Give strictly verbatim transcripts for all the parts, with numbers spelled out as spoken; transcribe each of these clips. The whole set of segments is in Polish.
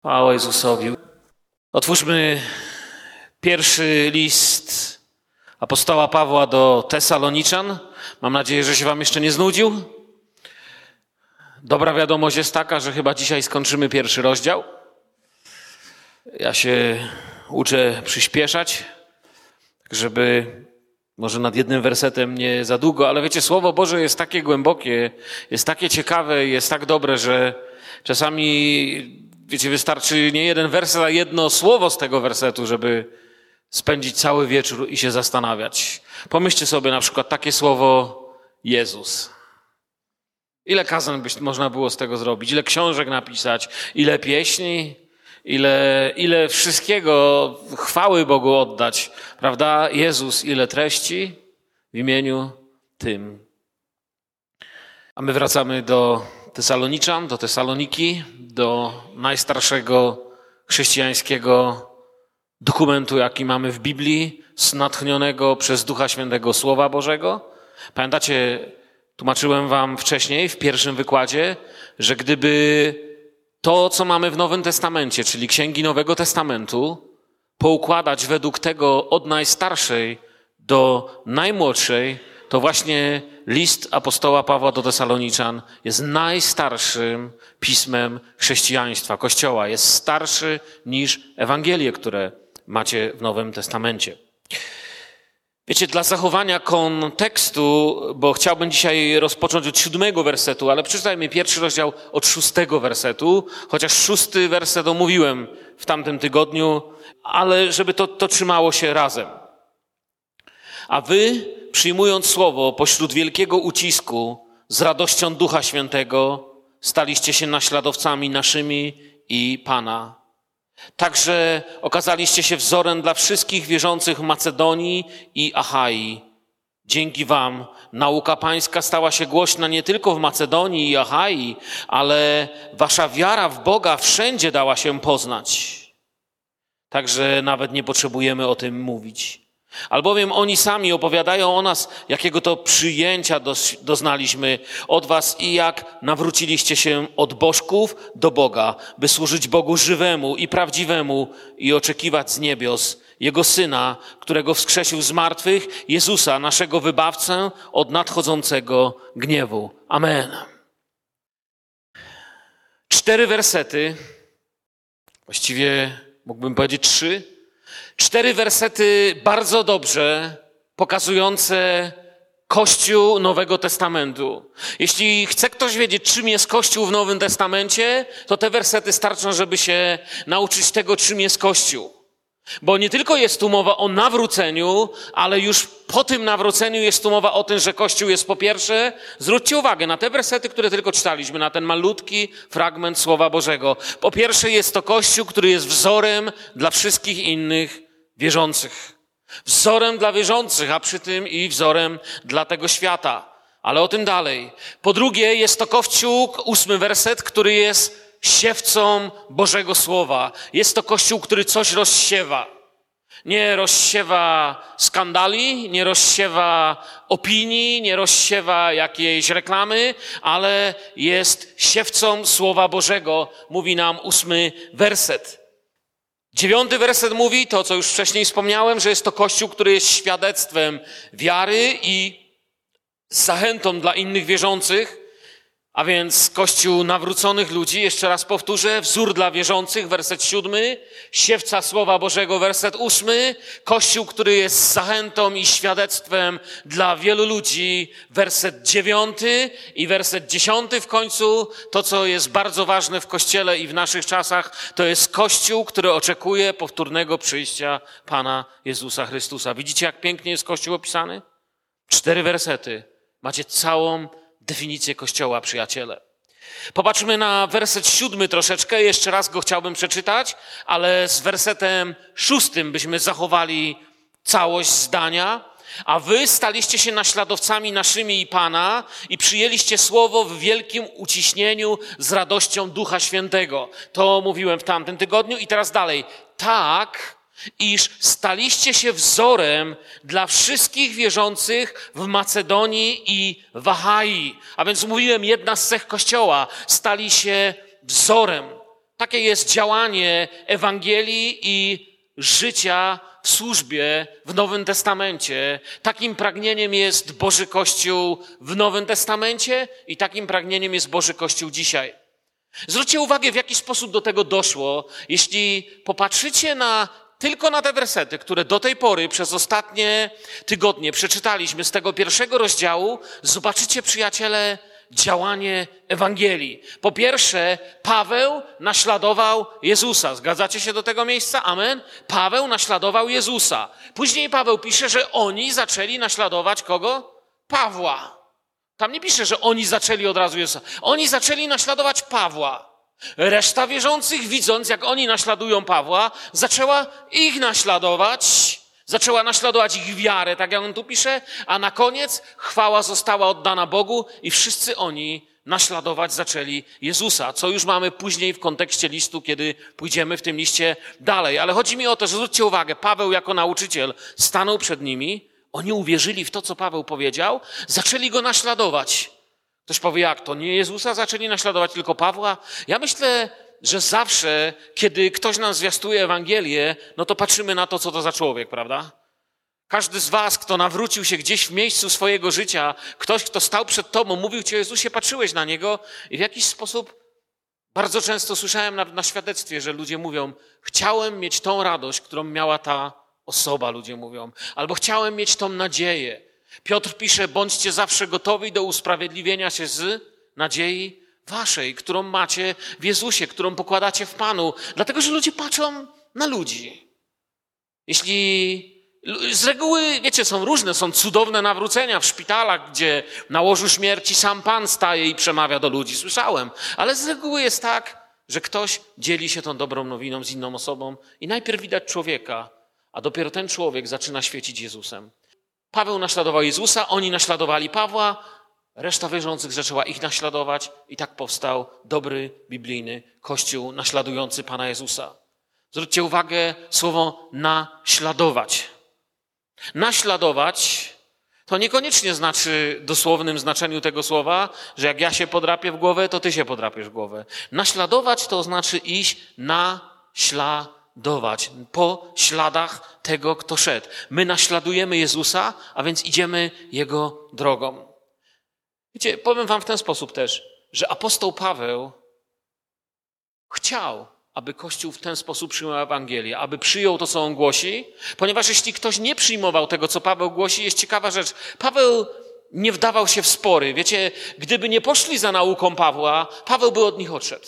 Chwała Jezusowi. Otwórzmy pierwszy list apostoła Pawła do Tesaloniczan. Mam nadzieję, że się wam jeszcze nie znudził. Dobra wiadomość jest taka, że chyba dzisiaj skończymy pierwszy rozdział. Ja się uczę przyspieszać, żeby może nad jednym wersetem nie za długo, ale wiecie, Słowo Boże jest takie głębokie, jest takie ciekawe, jest tak dobre, że czasami, wiecie, wystarczy nie jeden werset, a jedno słowo z tego wersetu, żeby spędzić cały wieczór i się zastanawiać. Pomyślcie sobie na przykład takie słowo Jezus. Ile kazań by można było z tego zrobić, ile książek napisać, ile pieśni, ile, ile wszystkiego chwały Bogu oddać, prawda? Jezus, ile treści w imieniu tym. A my wracamy do Tesaloniczan, do Tesaloniki, do najstarszego chrześcijańskiego dokumentu, jaki mamy w Biblii, natchnionego przez Ducha Świętego Słowa Bożego. Pamiętacie, tłumaczyłem wam wcześniej w pierwszym wykładzie, że gdyby to, co mamy w Nowym Testamencie, czyli księgi Nowego Testamentu, poukładać według tego od najstarszej do najmłodszej, to właśnie list apostoła Pawła do Tesaloniczan jest najstarszym pismem chrześcijaństwa, Kościoła. Jest starszy niż Ewangelie, które macie w Nowym Testamencie. Wiecie, dla zachowania kontekstu, bo chciałbym dzisiaj rozpocząć od siódmego wersetu, ale przeczytajmy pierwszy rozdział od szóstego wersetu, chociaż szósty werset omówiłem w tamtym tygodniu, ale żeby to, to trzymało się razem. A wy, przyjmując słowo pośród wielkiego ucisku, z radością Ducha Świętego, staliście się naśladowcami naszymi i Pana. Także okazaliście się wzorem dla wszystkich wierzących w Macedonii i Achai. Dzięki wam nauka pańska stała się głośna nie tylko w Macedonii i Achai, ale wasza wiara w Boga wszędzie dała się poznać. Także nawet nie potrzebujemy o tym mówić. Albowiem oni sami opowiadają o nas, jakiego to przyjęcia doznaliśmy od was i jak nawróciliście się od bożków do Boga, by służyć Bogu żywemu i prawdziwemu i oczekiwać z niebios Jego Syna, którego wskrzesił z martwych, Jezusa, naszego wybawcę od nadchodzącego gniewu. Amen. Cztery wersety, właściwie mógłbym powiedzieć trzy, Cztery wersety bardzo dobrze pokazujące Kościół Nowego Testamentu. Jeśli chce ktoś wiedzieć, czym jest Kościół w Nowym Testamencie, to te wersety starczą, żeby się nauczyć tego, czym jest Kościół. Bo nie tylko jest tu mowa o nawróceniu, ale już po tym nawróceniu jest tu mowa o tym, że Kościół jest po pierwsze, zwróćcie uwagę na te wersety, które tylko czytaliśmy, na ten malutki fragment Słowa Bożego. Po pierwsze jest to Kościół, który jest wzorem dla wszystkich innych wierzących. Wzorem dla wierzących, a przy tym i wzorem dla tego świata. Ale o tym dalej. Po drugie jest to Kościół, ósmy werset, który jest siewcą Bożego Słowa. Jest to Kościół, który coś rozsiewa. Nie rozsiewa skandali, nie rozsiewa opinii, nie rozsiewa jakiejś reklamy, ale jest siewcą Słowa Bożego, mówi nam ósmy werset. Dziewiąty werset mówi to, co już wcześniej wspomniałem, że jest to Kościół, który jest świadectwem wiary i zachętą dla innych wierzących, a więc Kościół nawróconych ludzi, jeszcze raz powtórzę, wzór dla wierzących, werset siódmy, siewca Słowa Bożego, werset ósmy, Kościół, który jest zachętą i świadectwem dla wielu ludzi, werset dziewiąty i werset dziesiąty w końcu, to co jest bardzo ważne w Kościele i w naszych czasach, to jest Kościół, który oczekuje powtórnego przyjścia Pana Jezusa Chrystusa. Widzicie, jak pięknie jest Kościół opisany? Cztery wersety. Macie całą definicję Kościoła, przyjaciele. Popatrzmy na werset siódmy troszeczkę. Jeszcze raz go chciałbym przeczytać, ale z wersetem szóstym byśmy zachowali całość zdania. A wy staliście się naśladowcami naszymi i Pana i przyjęliście słowo w wielkim uciśnieniu z radością Ducha Świętego. To mówiłem w tamtym tygodniu i teraz dalej. Tak, iż staliście się wzorem dla wszystkich wierzących w Macedonii i w Achai. A więc mówiłem, jedna z cech Kościoła, stali się wzorem. Takie jest działanie Ewangelii i życia w służbie w Nowym Testamencie. Takim pragnieniem jest Boży Kościół w Nowym Testamencie i takim pragnieniem jest Boży Kościół dzisiaj. Zwróćcie uwagę, w jaki sposób do tego doszło. Jeśli popatrzycie na, tylko na te wersety, które do tej pory przez ostatnie tygodnie przeczytaliśmy z tego pierwszego rozdziału, zobaczycie, przyjaciele, działanie Ewangelii. Po pierwsze, Paweł naśladował Jezusa. Zgadzacie się do tego miejsca? Amen? Paweł naśladował Jezusa. Później Paweł pisze, że oni zaczęli naśladować kogo? Pawła. Tam nie pisze, że oni zaczęli od razu Jezusa. Oni zaczęli naśladować Pawła. Reszta wierzących, widząc, jak oni naśladują Pawła, zaczęła ich naśladować. Zaczęła naśladować ich wiarę, tak jak on tu pisze, a na koniec chwała została oddana Bogu i wszyscy oni naśladować zaczęli Jezusa, co już mamy później w kontekście listu, kiedy pójdziemy w tym liście dalej. Ale chodzi mi o to, że zwróćcie uwagę, Paweł jako nauczyciel stanął przed nimi, oni uwierzyli w to, co Paweł powiedział, zaczęli go naśladować. Ktoś powie, jak to? Nie Jezusa zaczęli naśladować, tylko Pawła? Ja myślę, że zawsze, kiedy ktoś nam zwiastuje Ewangelię, no to patrzymy na to, co to za człowiek, prawda? Każdy z was, kto nawrócił się gdzieś w miejscu swojego życia, ktoś, kto stał przed tobą, mówił ci o Jezusie, patrzyłeś na Niego i w jakiś sposób bardzo często słyszałem na, na świadectwie, że ludzie mówią, chciałem mieć tą radość, którą miała ta osoba, ludzie mówią, albo chciałem mieć tą nadzieję. Piotr pisze, bądźcie zawsze gotowi do usprawiedliwienia się z nadziei waszej, którą macie w Jezusie, którą pokładacie w Panu. Dlatego, że ludzie patrzą na ludzi. Jeśli z reguły, wiecie, są różne, są cudowne nawrócenia w szpitalach, gdzie na łożu śmierci sam Pan staje i przemawia do ludzi. Słyszałem. Ale z reguły jest tak, że ktoś dzieli się tą dobrą nowiną z inną osobą i najpierw widać człowieka, a dopiero ten człowiek zaczyna świecić Jezusem. Paweł naśladował Jezusa, oni naśladowali Pawła, reszta wierzących zaczęła ich naśladować i tak powstał dobry, biblijny Kościół naśladujący Pana Jezusa. Zwróćcie uwagę, słowo naśladować. Naśladować to niekoniecznie znaczy w dosłownym znaczeniu tego słowa, że jak ja się podrapię w głowę, to ty się podrapiesz w głowę. Naśladować to znaczy iść naśladować, po śladach tego, kto szedł. My naśladujemy Jezusa, a więc idziemy Jego drogą. Wiecie, powiem wam w ten sposób też, że apostoł Paweł chciał, aby Kościół w ten sposób przyjął Ewangelię, aby przyjął to, co on głosi, ponieważ jeśli ktoś nie przyjmował tego, co Paweł głosi, jest ciekawa rzecz. Paweł nie wdawał się w spory. Wiecie, gdyby nie poszli za nauką Pawła, Paweł by od nich odszedł.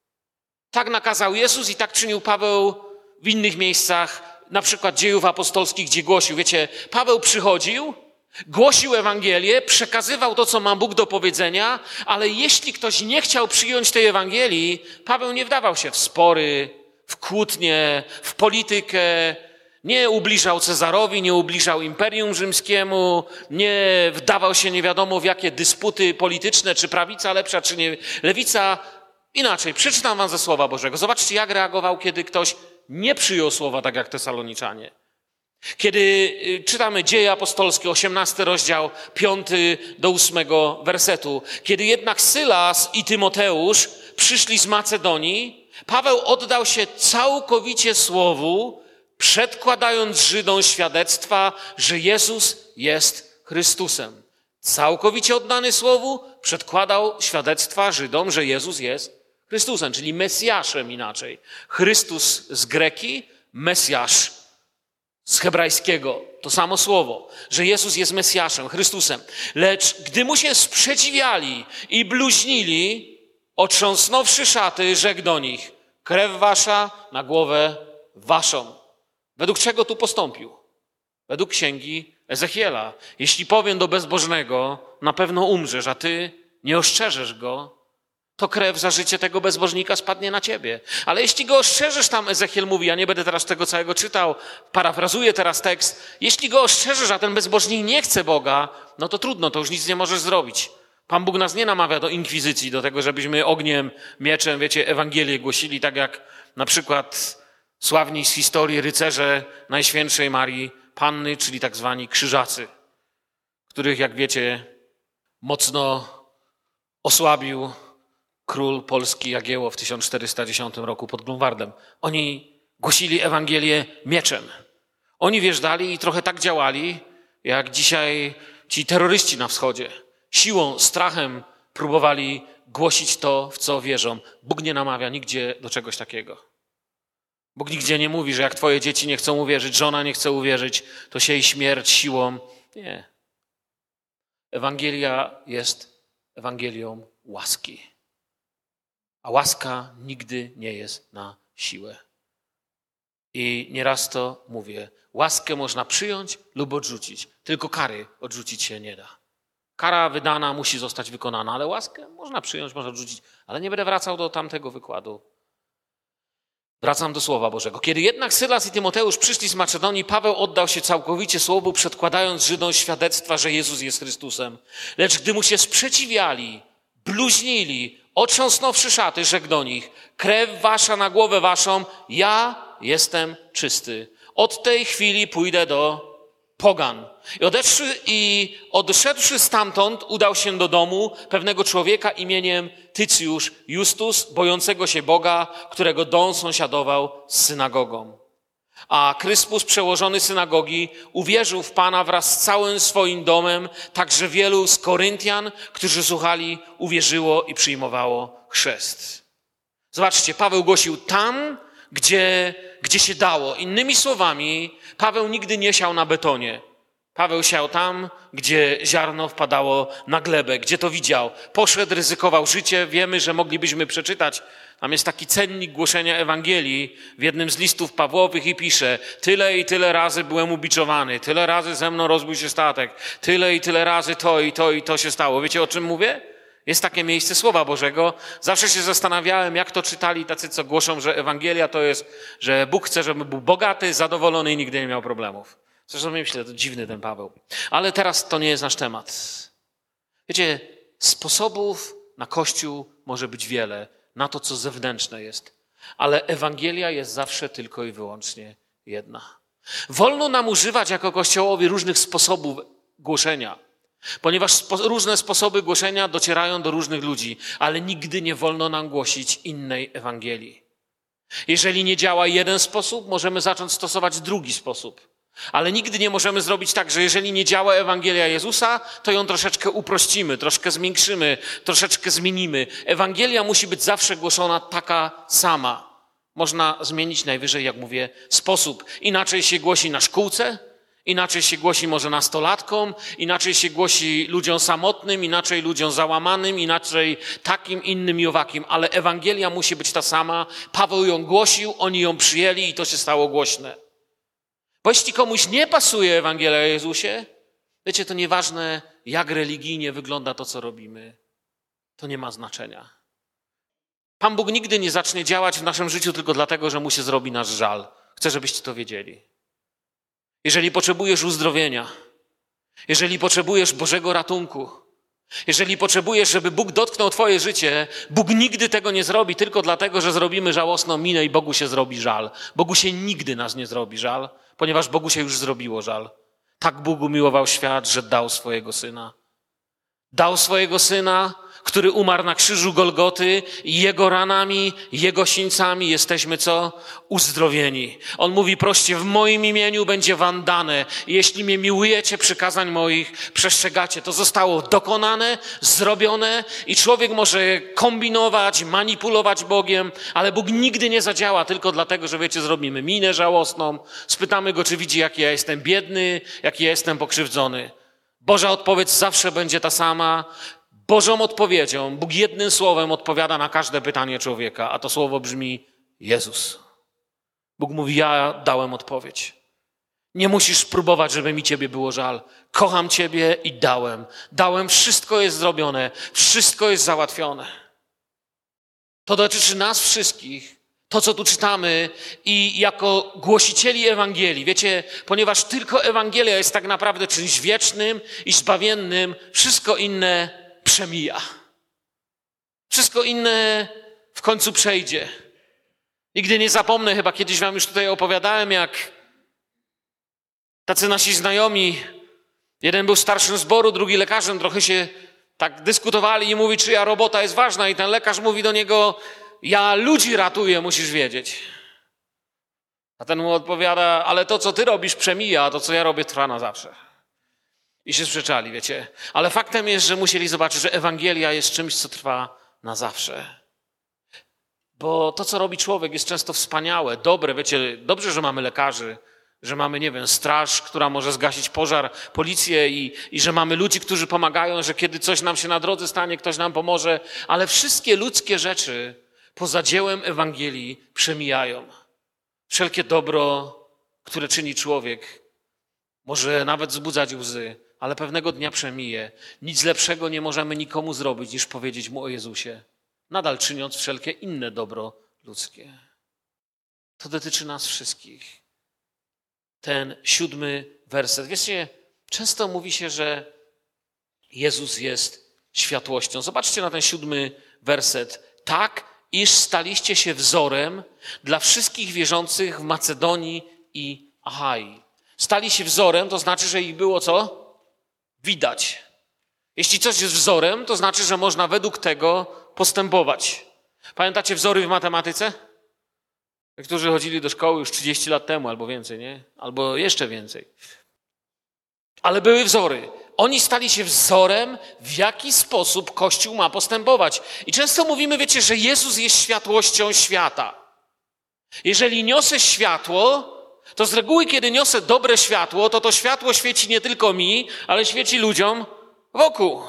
Tak nakazał Jezus i tak czynił Paweł w innych miejscach, na przykład Dziejów Apostolskich, gdzie głosił. Wiecie, Paweł przychodził, głosił Ewangelię, przekazywał to, co ma Bóg do powiedzenia, ale jeśli ktoś nie chciał przyjąć tej Ewangelii, Paweł nie wdawał się w spory, w kłótnie, w politykę, nie ubliżał Cezarowi, nie ubliżał Imperium Rzymskiemu, nie wdawał się nie wiadomo w jakie dysputy polityczne, czy prawica lepsza, czy nie, lewica. Inaczej, przeczytam wam ze Słowa Bożego. Zobaczcie, jak reagował, kiedy ktoś nie przyjął słowa, tak jak Tesaloniczanie. Kiedy czytamy Dzieje Apostolskie, osiemnasty rozdział, piąty do ósmego wersetu. Kiedy jednak Sylas i Tymoteusz przyszli z Macedonii, Paweł oddał się całkowicie Słowu, przedkładając Żydom świadectwa, że Jezus jest Chrystusem. Całkowicie oddany Słowu przedkładał świadectwa Żydom, że Jezus jest Chrystusem, czyli Mesjaszem inaczej. Chrystus z greki, Mesjasz z hebrajskiego, to samo słowo, że Jezus jest Mesjaszem, Chrystusem. Lecz gdy mu się sprzeciwiali i bluźnili, otrząsnąwszy szaty, rzekł do nich, krew wasza na głowę waszą. Według czego tu postąpił? Według księgi Ezechiela. Jeśli powiem do bezbożnego, na pewno umrzesz, a ty nie ostrzeżesz go, to krew za życie tego bezbożnika spadnie na ciebie. Ale jeśli go ostrzeżesz, tam Ezechiel mówi, ja nie będę teraz tego całego czytał, parafrazuję teraz tekst, jeśli go ostrzeżesz, a ten bezbożnik nie chce Boga, no to trudno, to już nic nie możesz zrobić. Pan Bóg nas nie namawia do inkwizycji, do tego, żebyśmy ogniem, mieczem, wiecie, Ewangelię głosili, tak jak na przykład sławni z historii rycerze Najświętszej Marii Panny, czyli tak zwani krzyżacy, których, jak wiecie, mocno osłabił król Polski Jagiełło w tysiąc czterysta dziesiątym roku pod Grunwaldem. Oni głosili Ewangelię mieczem. Oni wjeżdżali i trochę tak działali, jak dzisiaj ci terroryści na wschodzie. Siłą, strachem próbowali głosić to, w co wierzą. Bóg nie namawia nigdzie do czegoś takiego. Bóg nigdzie nie mówi, że jak twoje dzieci nie chcą uwierzyć, żona nie chce uwierzyć, to siej śmierć siłą. Nie. Ewangelia jest Ewangelią łaski. A łaska nigdy nie jest na siłę. I nieraz to mówię. Łaskę można przyjąć lub odrzucić. Tylko kary odrzucić się nie da. Kara wydana musi zostać wykonana, ale łaskę można przyjąć, można odrzucić. Ale nie będę wracał do tamtego wykładu. Wracam do Słowa Bożego. Kiedy jednak Sylas i Tymoteusz przyszli z Macedonii, Paweł oddał się całkowicie Słowu, przedkładając Żydom świadectwa, że Jezus jest Chrystusem. Lecz gdy mu się sprzeciwiali, bluźnili, otrząsnąwszy szaty, rzekł do nich: krew wasza na głowę waszą, ja jestem czysty. Od tej chwili pójdę do pogan. I odeszły, i odszedłszy stamtąd, udał się do domu pewnego człowieka imieniem Tycjusz Justus, bojącego się Boga, którego dom sąsiadował z synagogą. A Kryspus, przełożony synagogi, uwierzył w Pana wraz z całym swoim domem, także wielu z Koryntian, którzy słuchali, uwierzyło i przyjmowało chrzest. Zobaczcie, Paweł głosił tam, gdzie, gdzie się dało. Innymi słowami, Paweł nigdy nie siał na betonie. Paweł siał tam, gdzie ziarno wpadało na glebę, gdzie to widział. Poszedł, ryzykował życie. Wiemy, że moglibyśmy przeczytać. Tam jest taki cennik głoszenia Ewangelii w jednym z listów Pawłowych i pisze: tyle i tyle razy byłem ubiczowany, tyle razy ze mną rozbił się statek, tyle i tyle razy to i to i to się stało. Wiecie, o czym mówię? Jest takie miejsce Słowa Bożego. Zawsze się zastanawiałem, jak to czytali tacy, co głoszą, że Ewangelia to jest, że Bóg chce, żeby był bogaty, zadowolony i nigdy nie miał problemów. Zresztą myślę, to dziwny ten Paweł. Ale teraz to nie jest nasz temat. Wiecie, sposobów na Kościół może być wiele, na to, co zewnętrzne jest. Ale Ewangelia jest zawsze tylko i wyłącznie jedna. Wolno nam używać jako Kościołowi różnych sposobów głoszenia, ponieważ spo, różne sposoby głoszenia docierają do różnych ludzi, ale nigdy nie wolno nam głosić innej Ewangelii. Jeżeli nie działa jeden sposób, możemy zacząć stosować drugi sposób. Ale nigdy nie możemy zrobić tak, że jeżeli nie działa Ewangelia Jezusa, to ją troszeczkę uprościmy, troszkę zmiększymy, troszeczkę zmienimy. Ewangelia musi być zawsze głoszona taka sama. Można zmienić najwyżej, jak mówię, sposób. Inaczej się głosi na szkółce, inaczej się głosi może nastolatkom, inaczej się głosi ludziom samotnym, inaczej ludziom załamanym, inaczej takim, innym i owakim. Ale Ewangelia musi być ta sama. Paweł ją głosił, oni ją przyjęli i to się stało głośne. Bo jeśli komuś nie pasuje Ewangelia o Jezusie, wiecie, to nieważne, jak religijnie wygląda to, co robimy. To nie ma znaczenia. Pan Bóg nigdy nie zacznie działać w naszym życiu tylko dlatego, że mu się zrobi nasz żal. Chcę, żebyście to wiedzieli. Jeżeli potrzebujesz uzdrowienia, jeżeli potrzebujesz Bożego ratunku, jeżeli potrzebujesz, żeby Bóg dotknął twoje życie, Bóg nigdy tego nie zrobi tylko dlatego, że zrobimy żałosną minę i Bogu się zrobi żal. Bogu się nigdy nas nie zrobi żal, ponieważ Bogu się już zrobiło żal. Tak Bóg umiłował świat, że dał swojego Syna. Dał swojego Syna, który umarł na krzyżu Golgoty i Jego ranami, Jego sińcami jesteśmy co? Uzdrowieni. On mówi: proście w moim imieniu, będzie wam dane. Jeśli mnie miłujecie, przykazań moich przestrzegacie. To zostało dokonane, zrobione i człowiek może kombinować, manipulować Bogiem, ale Bóg nigdy nie zadziała tylko dlatego, że wiecie, zrobimy minę żałosną, spytamy Go, czy widzi, jaki ja jestem biedny, jaki ja jestem pokrzywdzony. Boża odpowiedź zawsze będzie ta sama. Bożą odpowiedzią Bóg jednym słowem odpowiada na każde pytanie człowieka, a to słowo brzmi Jezus. Bóg mówi: ja dałem odpowiedź. Nie musisz próbować, żeby mi ciebie było żal. Kocham ciebie i dałem. Dałem, wszystko jest zrobione, wszystko jest załatwione. To dotyczy nas wszystkich, to co tu czytamy i jako głosicieli Ewangelii. Wiecie, ponieważ tylko Ewangelia jest tak naprawdę czymś wiecznym i zbawiennym, wszystko inne przemija. Wszystko inne w końcu przejdzie. Nigdy nie zapomnę, chyba kiedyś wam już tutaj opowiadałem, jak tacy nasi znajomi, jeden był starszym zboru, drugi lekarzem, trochę się Tak dyskutowali i mówi, czyja robota jest ważna i ten lekarz mówi do niego, ja ludzi ratuję, musisz wiedzieć. A ten mu odpowiada, ale to, co ty robisz, przemija, a to, co ja robię, trwa na zawsze. I się sprzeczali, wiecie. Ale faktem jest, że musieli zobaczyć, że Ewangelia jest czymś, co trwa na zawsze. Bo to, co robi człowiek, jest często wspaniałe, dobre. Wiecie, dobrze, że mamy lekarzy, że mamy, nie wiem, straż, która może zgasić pożar, policję i, i że mamy ludzi, którzy pomagają, że kiedy coś nam się na drodze stanie, ktoś nam pomoże. Ale wszystkie ludzkie rzeczy poza dziełem Ewangelii przemijają. Wszelkie dobro, które czyni człowiek, może nawet wzbudzać łzy, ale pewnego dnia przemije. Nic lepszego nie możemy nikomu zrobić, niż powiedzieć mu o Jezusie, nadal czyniąc wszelkie inne dobro ludzkie. To dotyczy nas wszystkich. Ten siódmy werset. Wiecie, często mówi się, że Jezus jest światłością. Zobaczcie na ten siódmy werset. Tak, iż staliście się wzorem dla wszystkich wierzących w Macedonii i Achai. Stali się wzorem, to znaczy, że ich było co? Widać. Jeśli coś jest wzorem, to znaczy, że można według tego postępować. Pamiętacie wzory w matematyce? Niektórzy chodzili do szkoły już trzydzieści lat temu albo więcej, nie? Albo jeszcze więcej. Ale były wzory. Oni stali się wzorem, w jaki sposób Kościół ma postępować. I często mówimy, wiecie, że Jezus jest światłością świata. Jeżeli niosę światło, to z reguły, kiedy niosę dobre światło, to to światło świeci nie tylko mi, ale świeci ludziom wokół.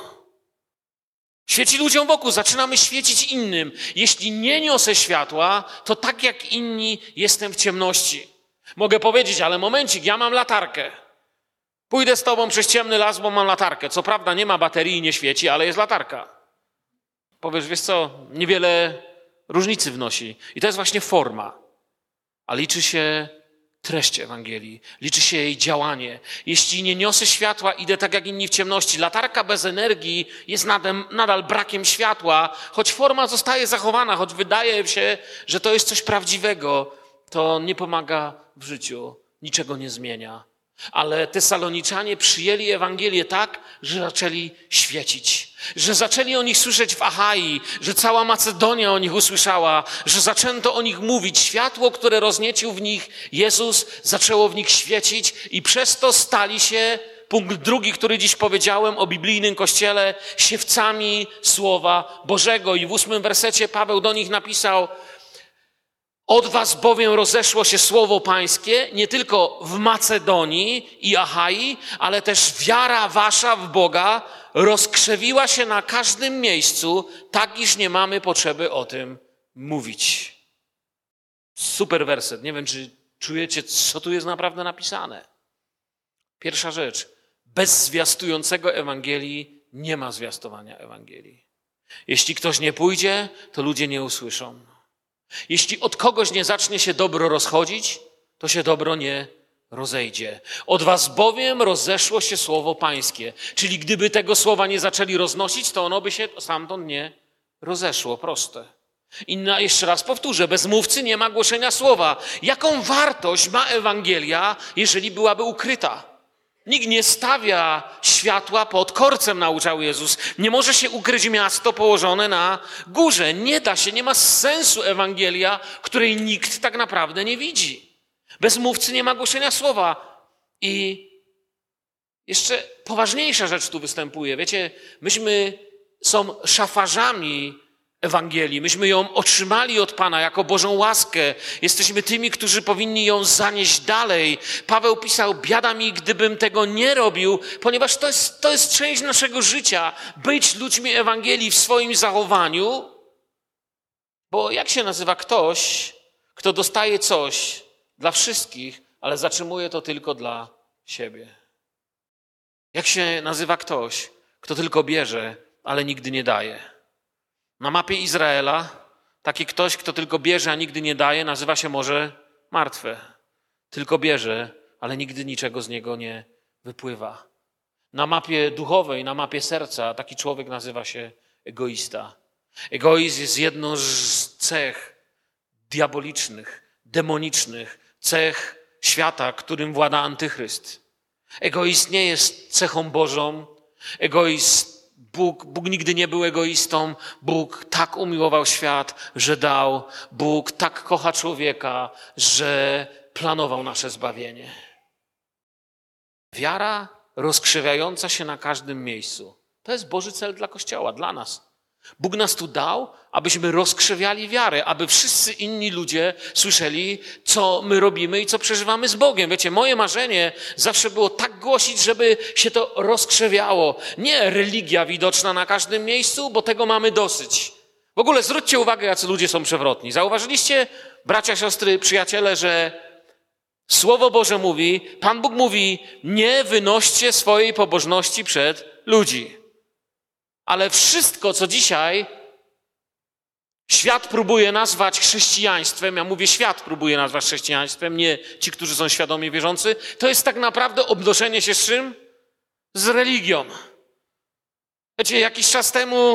Świeci ludziom wokół, zaczynamy świecić innym. Jeśli nie niosę światła, to tak jak inni jestem w ciemności. Mogę powiedzieć, ale momencik, ja mam latarkę. Pójdę z tobą przez ciemny las, bo mam latarkę. Co prawda nie ma baterii i nie świeci, ale jest latarka. Powiesz, wiesz co, niewiele różnicy wnosi. I to jest właśnie forma. A liczy się treść Ewangelii, liczy się jej działanie. Jeśli nie niosę światła, idę tak jak inni w ciemności. Latarka bez energii jest nadal, nadal brakiem światła, choć forma zostaje zachowana, choć wydaje się, że to jest coś prawdziwego, to nie pomaga w życiu, niczego nie zmienia. Ale Tesaloniczanie przyjęli Ewangelię tak, że zaczęli świecić. Że zaczęli o nich słyszeć w Achai, że cała Macedonia o nich usłyszała, że zaczęto o nich mówić. Światło, które rozniecił w nich Jezus, zaczęło w nich świecić i przez to stali się, punkt drugi, który dziś powiedziałem o biblijnym Kościele, siewcami Słowa Bożego. I w ósmym wersecie Paweł do nich napisał: od was bowiem rozeszło się słowo pańskie, nie tylko w Macedonii i Achai, ale też wiara wasza w Boga rozkrzewiła się na każdym miejscu, tak iż nie mamy potrzeby o tym mówić. Super werset. Nie wiem, czy czujecie, co tu jest naprawdę napisane. Pierwsza rzecz. Bez zwiastującego Ewangelii nie ma zwiastowania Ewangelii. Jeśli ktoś nie pójdzie, to ludzie nie usłyszą. Jeśli od kogoś nie zacznie się dobro rozchodzić, to się dobro nie rozejdzie. Od was bowiem rozeszło się słowo pańskie. Czyli gdyby tego słowa nie zaczęli roznosić, to ono by się stamtąd nie rozeszło. Proste. I na, jeszcze raz powtórzę, bez mówcy nie ma głoszenia słowa. Jaką wartość ma Ewangelia, jeżeli byłaby ukryta? Nikt nie stawia światła pod korcem, nauczał Jezus. Nie może się ukryć miasto położone na górze. Nie da się, nie ma sensu Ewangelia, której nikt tak naprawdę nie widzi. Bez mówcy nie ma głoszenia słowa. I jeszcze poważniejsza rzecz tu występuje. Wiecie, myśmy są szafarzami Ewangelii. Myśmy ją otrzymali od Pana jako Bożą łaskę. Jesteśmy tymi, którzy powinni ją zanieść dalej. Paweł pisał, biada mi, gdybym tego nie robił, ponieważ to jest, to jest część naszego życia. Być ludźmi Ewangelii w swoim zachowaniu. Bo jak się nazywa ktoś, kto dostaje coś dla wszystkich, ale zatrzymuje to tylko dla siebie? Jak się nazywa ktoś, kto tylko bierze, ale nigdy nie daje? Na mapie Izraela taki ktoś, kto tylko bierze, a nigdy nie daje, nazywa się może martwe. Tylko bierze, ale nigdy niczego z niego nie wypływa. Na mapie duchowej, na mapie serca taki człowiek nazywa się egoista. Egoizm jest jedną z cech diabolicznych, demonicznych, cech świata, którym włada antychryst. Egoizm nie jest cechą Bożą. Egoizm Bóg, Bóg nigdy nie był egoistą. Bóg tak umiłował świat, że dał. Bóg tak kocha człowieka, że planował nasze zbawienie. Wiara rozkrzewiająca się na każdym miejscu. To jest Boży cel dla Kościoła, dla nas. Bóg nas tu dał, abyśmy rozkrzewiali wiarę, aby wszyscy inni ludzie słyszeli, co my robimy i co przeżywamy z Bogiem. Wiecie, moje marzenie zawsze było tak głosić, żeby się to rozkrzewiało. Nie religia widoczna na każdym miejscu, bo tego mamy dosyć. W ogóle zwróćcie uwagę, jacy ludzie są przewrotni. Zauważyliście, bracia, siostry, przyjaciele, że Słowo Boże mówi, Pan Bóg mówi, nie wynoście swojej pobożności przed ludzi. Ale wszystko, co dzisiaj świat próbuje nazwać chrześcijaństwem, ja mówię świat próbuje nazwać chrześcijaństwem, nie ci, którzy są świadomie wierzący, to jest tak naprawdę obnoszenie się z czym? Z religią. Wiecie, jakiś czas temu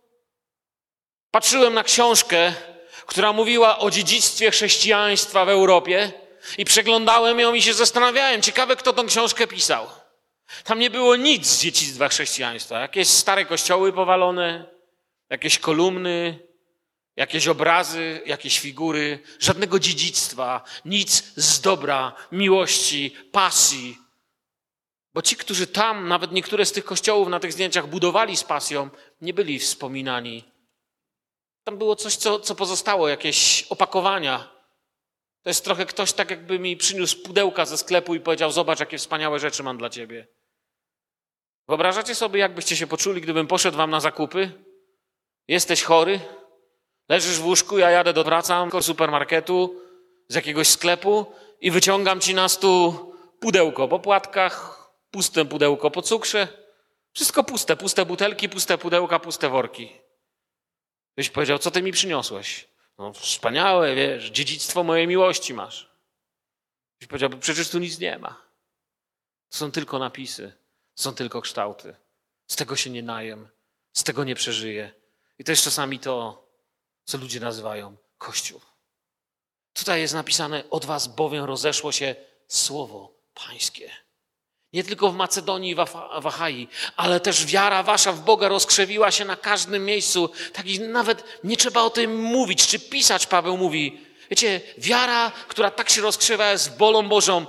patrzyłem na książkę, która mówiła o dziedzictwie chrześcijaństwa w Europie i przeglądałem ją i się zastanawiałem, ciekawe, kto tą książkę pisał. Tam nie było nic z dziedzictwa chrześcijaństwa. Jakieś stare kościoły powalone, jakieś kolumny, jakieś obrazy, jakieś figury. Żadnego dziedzictwa, nic z dobra, miłości, pasji. Bo ci, którzy tam, nawet niektóre z tych kościołów na tych zdjęciach budowali z pasją, nie byli wspominani. Tam było coś, co, co pozostało, jakieś opakowania. To jest trochę ktoś tak jakby mi przyniósł pudełka ze sklepu i powiedział, zobacz, jakie wspaniałe rzeczy mam dla ciebie. Wyobrażacie sobie, jakbyście się poczuli, gdybym poszedł wam na zakupy? Jesteś chory, leżysz w łóżku, ja jadę do wracam do supermarketu, z jakiegoś sklepu i wyciągam ci na stół pudełko po płatkach, puste pudełko po cukrze. Wszystko puste, puste butelki, puste pudełka, puste worki. Byś powiedział, co ty mi przyniosłeś? No wspaniałe, wiesz, dziedzictwo mojej miłości masz. Byś powiedział, przecież tu nic nie ma. To są tylko napisy, to są tylko kształty. Z tego się nie najem, z tego nie przeżyję. I to jest czasami to, co ludzie nazywają Kościół. Tutaj jest napisane, od was bowiem rozeszło się słowo pańskie. Nie tylko w Macedonii i w Achai, ale też wiara wasza w Boga rozkrzewiła się na każdym miejscu. Tak i nawet nie trzeba o tym mówić, czy pisać, Paweł mówi. Wiecie, wiara, która tak się rozkrzewa, jest wolą Bożą,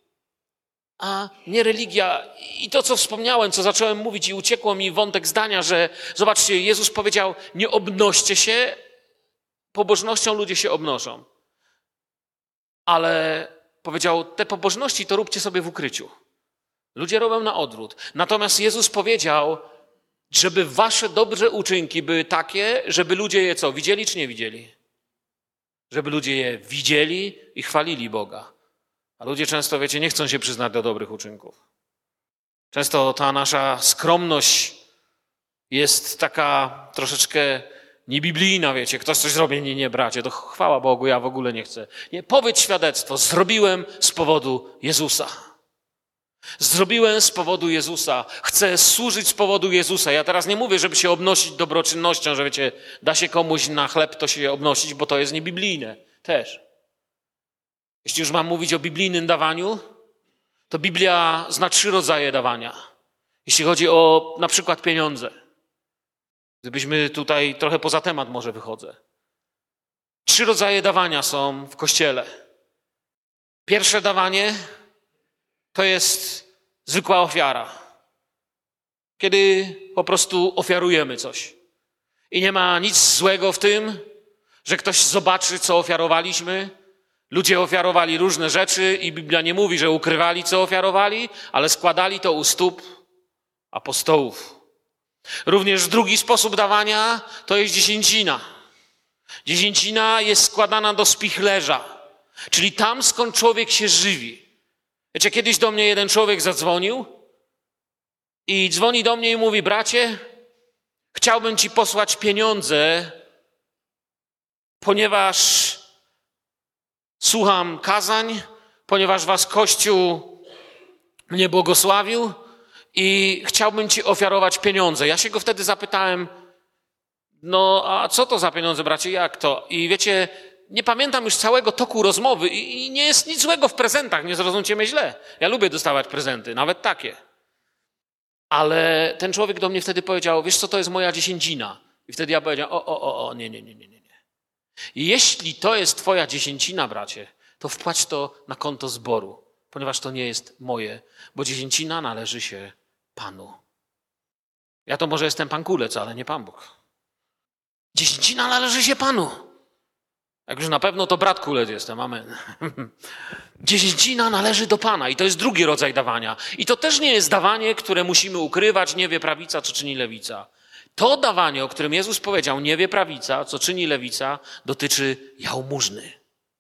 a nie religia. I to, co wspomniałem, co zacząłem mówić i uciekło mi wątek zdania, że zobaczcie, Jezus powiedział, nie obnoście się, pobożnością ludzie się obnoszą. Ale powiedział, te pobożności to róbcie sobie w ukryciu. Ludzie robią na odwrót. Natomiast Jezus powiedział, żeby wasze dobre uczynki były takie, żeby ludzie je co? Widzieli czy nie widzieli? Żeby ludzie je widzieli i chwalili Boga. A ludzie często, wiecie, nie chcą się przyznać do dobrych uczynków. Często ta nasza skromność jest taka troszeczkę niebiblijna, wiecie. Ktoś coś zrobi, nie, nie, bracie, to chwała Bogu, ja w ogóle nie chcę. Nie, powiedz świadectwo, zrobiłem z powodu Jezusa. Zrobiłem z powodu Jezusa. Chcę służyć z powodu Jezusa. Ja teraz nie mówię, żeby się obnosić dobroczynnością, że wiecie, da się komuś na chleb to się obnosić, bo to jest niebiblijne też. Jeśli już mam mówić o biblijnym dawaniu, to Biblia zna trzy rodzaje dawania. Jeśli chodzi o na przykład pieniądze. Gdybyśmy tutaj trochę poza temat może wychodzę. Trzy rodzaje dawania są w Kościele. Pierwsze dawanie to jest zwykła ofiara. Kiedy po prostu ofiarujemy coś. I nie ma nic złego w tym, że ktoś zobaczy, co ofiarowaliśmy. Ludzie ofiarowali różne rzeczy i Biblia nie mówi, że ukrywali, co ofiarowali, ale składali to u stóp apostołów. Również drugi sposób dawania to jest dziesięcina. Dziesięcina jest składana do spichlerza, czyli tam, skąd człowiek się żywi. Wiecie, kiedyś do mnie jeden człowiek zadzwonił i dzwoni do mnie i mówi, bracie, chciałbym ci posłać pieniądze, ponieważ słucham kazań, ponieważ was Kościół mnie błogosławił i chciałbym ci ofiarować pieniądze. Ja się go wtedy zapytałem, no a co to za pieniądze, bracie, jak to? I wiecie, nie pamiętam już całego toku rozmowy i, i nie jest nic złego w prezentach, nie zrozumcie mnie źle. Ja lubię dostawać prezenty, nawet takie. Ale ten człowiek do mnie wtedy powiedział, wiesz co, to jest moja dziesięcina. I wtedy ja powiedziałem, o, o, o, o, nie, nie, nie, nie, nie. I jeśli to jest twoja dziesięcina, bracie, to wpłać to na konto zboru, ponieważ to nie jest moje, bo dziesięcina należy się Panu. Ja to może jestem Pan Kulec, ale nie Pan Bóg. Dziesięcina należy się Panu. Jak już na pewno, to brat Kulec jestem, amen. Dziesięcina należy do Pana i to jest drugi rodzaj dawania. I to też nie jest dawanie, które musimy ukrywać, nie wie prawica, co czyni lewica. To dawanie, o którym Jezus powiedział, nie wie prawica, co czyni lewica, dotyczy jałmużny.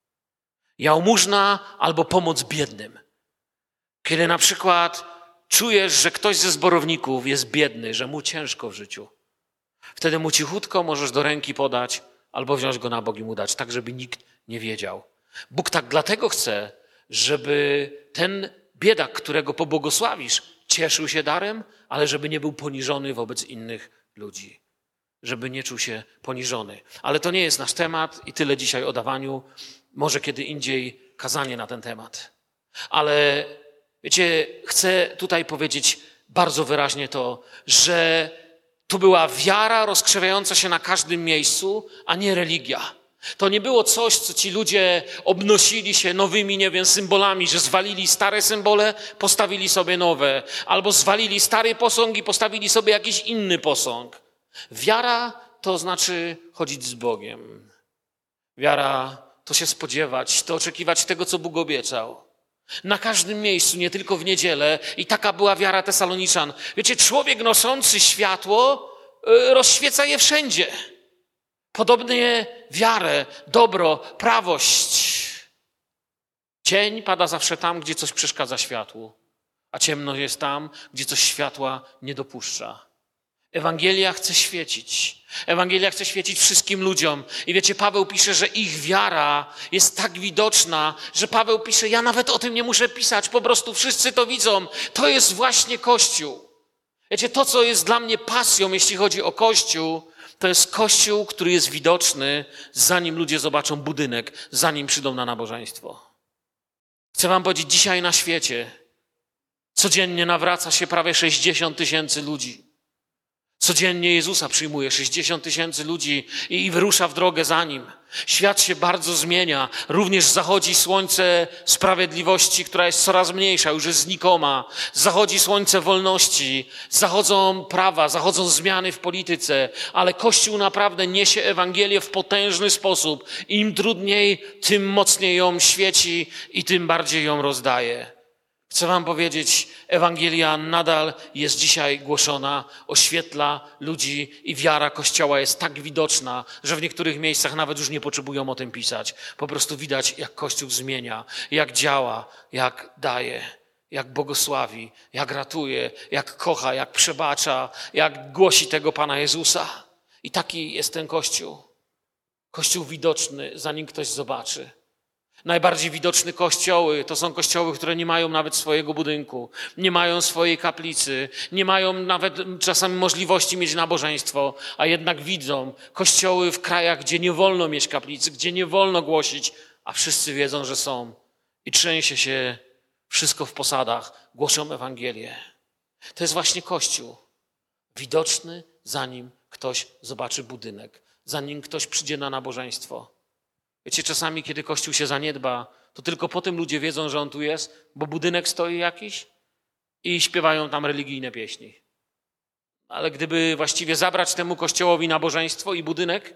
Jałmużna albo pomoc biednym. Kiedy na przykład czujesz, że ktoś ze zborowników jest biedny, że mu ciężko w życiu, wtedy mu cichutko możesz do ręki podać albo wziąć go na bok i mu dać, tak żeby nikt nie wiedział. Bóg tak dlatego chce, żeby ten biedak, którego pobłogosławisz, cieszył się darem, ale żeby nie był poniżony wobec innych ludzi. Żeby nie czuł się poniżony. Ale to nie jest nasz temat i tyle dzisiaj o dawaniu. Może kiedy indziej kazanie na ten temat. Ale wiecie, chcę tutaj powiedzieć bardzo wyraźnie to, że tu była wiara rozkrzewiająca się na każdym miejscu, a nie religia. To nie było coś, co ci ludzie obnosili się nowymi, nie wiem, symbolami, że zwalili stare symbole, postawili sobie nowe, albo zwalili stary posąg i postawili sobie jakiś inny posąg. Wiara to znaczy chodzić z Bogiem. Wiara to się spodziewać, to oczekiwać tego, co Bóg obiecał. Na każdym miejscu, nie tylko w niedzielę. I taka była wiara Tesaloniczan. Wiecie, człowiek noszący światło yy, rozświeca je wszędzie. Podobnie wiarę, dobro, prawość. Cień pada zawsze tam, gdzie coś przeszkadza światłu, a ciemno jest tam, gdzie coś światła nie dopuszcza. Ewangelia chce świecić. Ewangelia chce świecić wszystkim ludziom. I wiecie, Paweł pisze, że ich wiara jest tak widoczna, że Paweł pisze, ja nawet o tym nie muszę pisać, po prostu wszyscy to widzą. To jest właśnie Kościół. Wiecie, to, co jest dla mnie pasją, jeśli chodzi o Kościół, to jest Kościół, który jest widoczny, zanim ludzie zobaczą budynek, zanim przyjdą na nabożeństwo. Chcę wam powiedzieć, dzisiaj na świecie codziennie nawraca się prawie sześćdziesiąt tysięcy ludzi. Codziennie Jezusa przyjmuje sześćdziesiąt tysięcy ludzi i wyrusza w drogę za Nim. Świat się bardzo zmienia. Również zachodzi słońce sprawiedliwości, która jest coraz mniejsza, już jest znikoma. Zachodzi słońce wolności, zachodzą prawa, zachodzą zmiany w polityce, ale Kościół naprawdę niesie Ewangelię w potężny sposób. Im trudniej, tym mocniej ją świeci i tym bardziej ją rozdaje. Chcę wam powiedzieć, Ewangelia nadal jest dzisiaj głoszona, oświetla ludzi i wiara Kościoła jest tak widoczna, że w niektórych miejscach nawet już nie potrzebują o tym pisać. Po prostu widać, jak Kościół zmienia, jak działa, jak daje, jak błogosławi, jak ratuje, jak kocha, jak przebacza, jak głosi tego Pana Jezusa. I taki jest ten Kościół. Kościół widoczny, zanim ktoś zobaczy. Najbardziej widoczne kościoły to są kościoły, które nie mają nawet swojego budynku, nie mają swojej kaplicy, nie mają nawet czasami możliwości mieć nabożeństwo, a jednak widzą kościoły w krajach, gdzie nie wolno mieć kaplicy, gdzie nie wolno głosić, a wszyscy wiedzą, że są. I trzęsie się wszystko w posadach, głoszą Ewangelię. To jest właśnie Kościół. Widoczny, zanim ktoś zobaczy budynek, zanim ktoś przyjdzie na nabożeństwo. Wiecie, czasami, kiedy Kościół się zaniedba, to tylko potem ludzie wiedzą, że on tu jest, bo budynek stoi jakiś i śpiewają tam religijne pieśni. Ale gdyby właściwie zabrać temu Kościołowi nabożeństwo i budynek,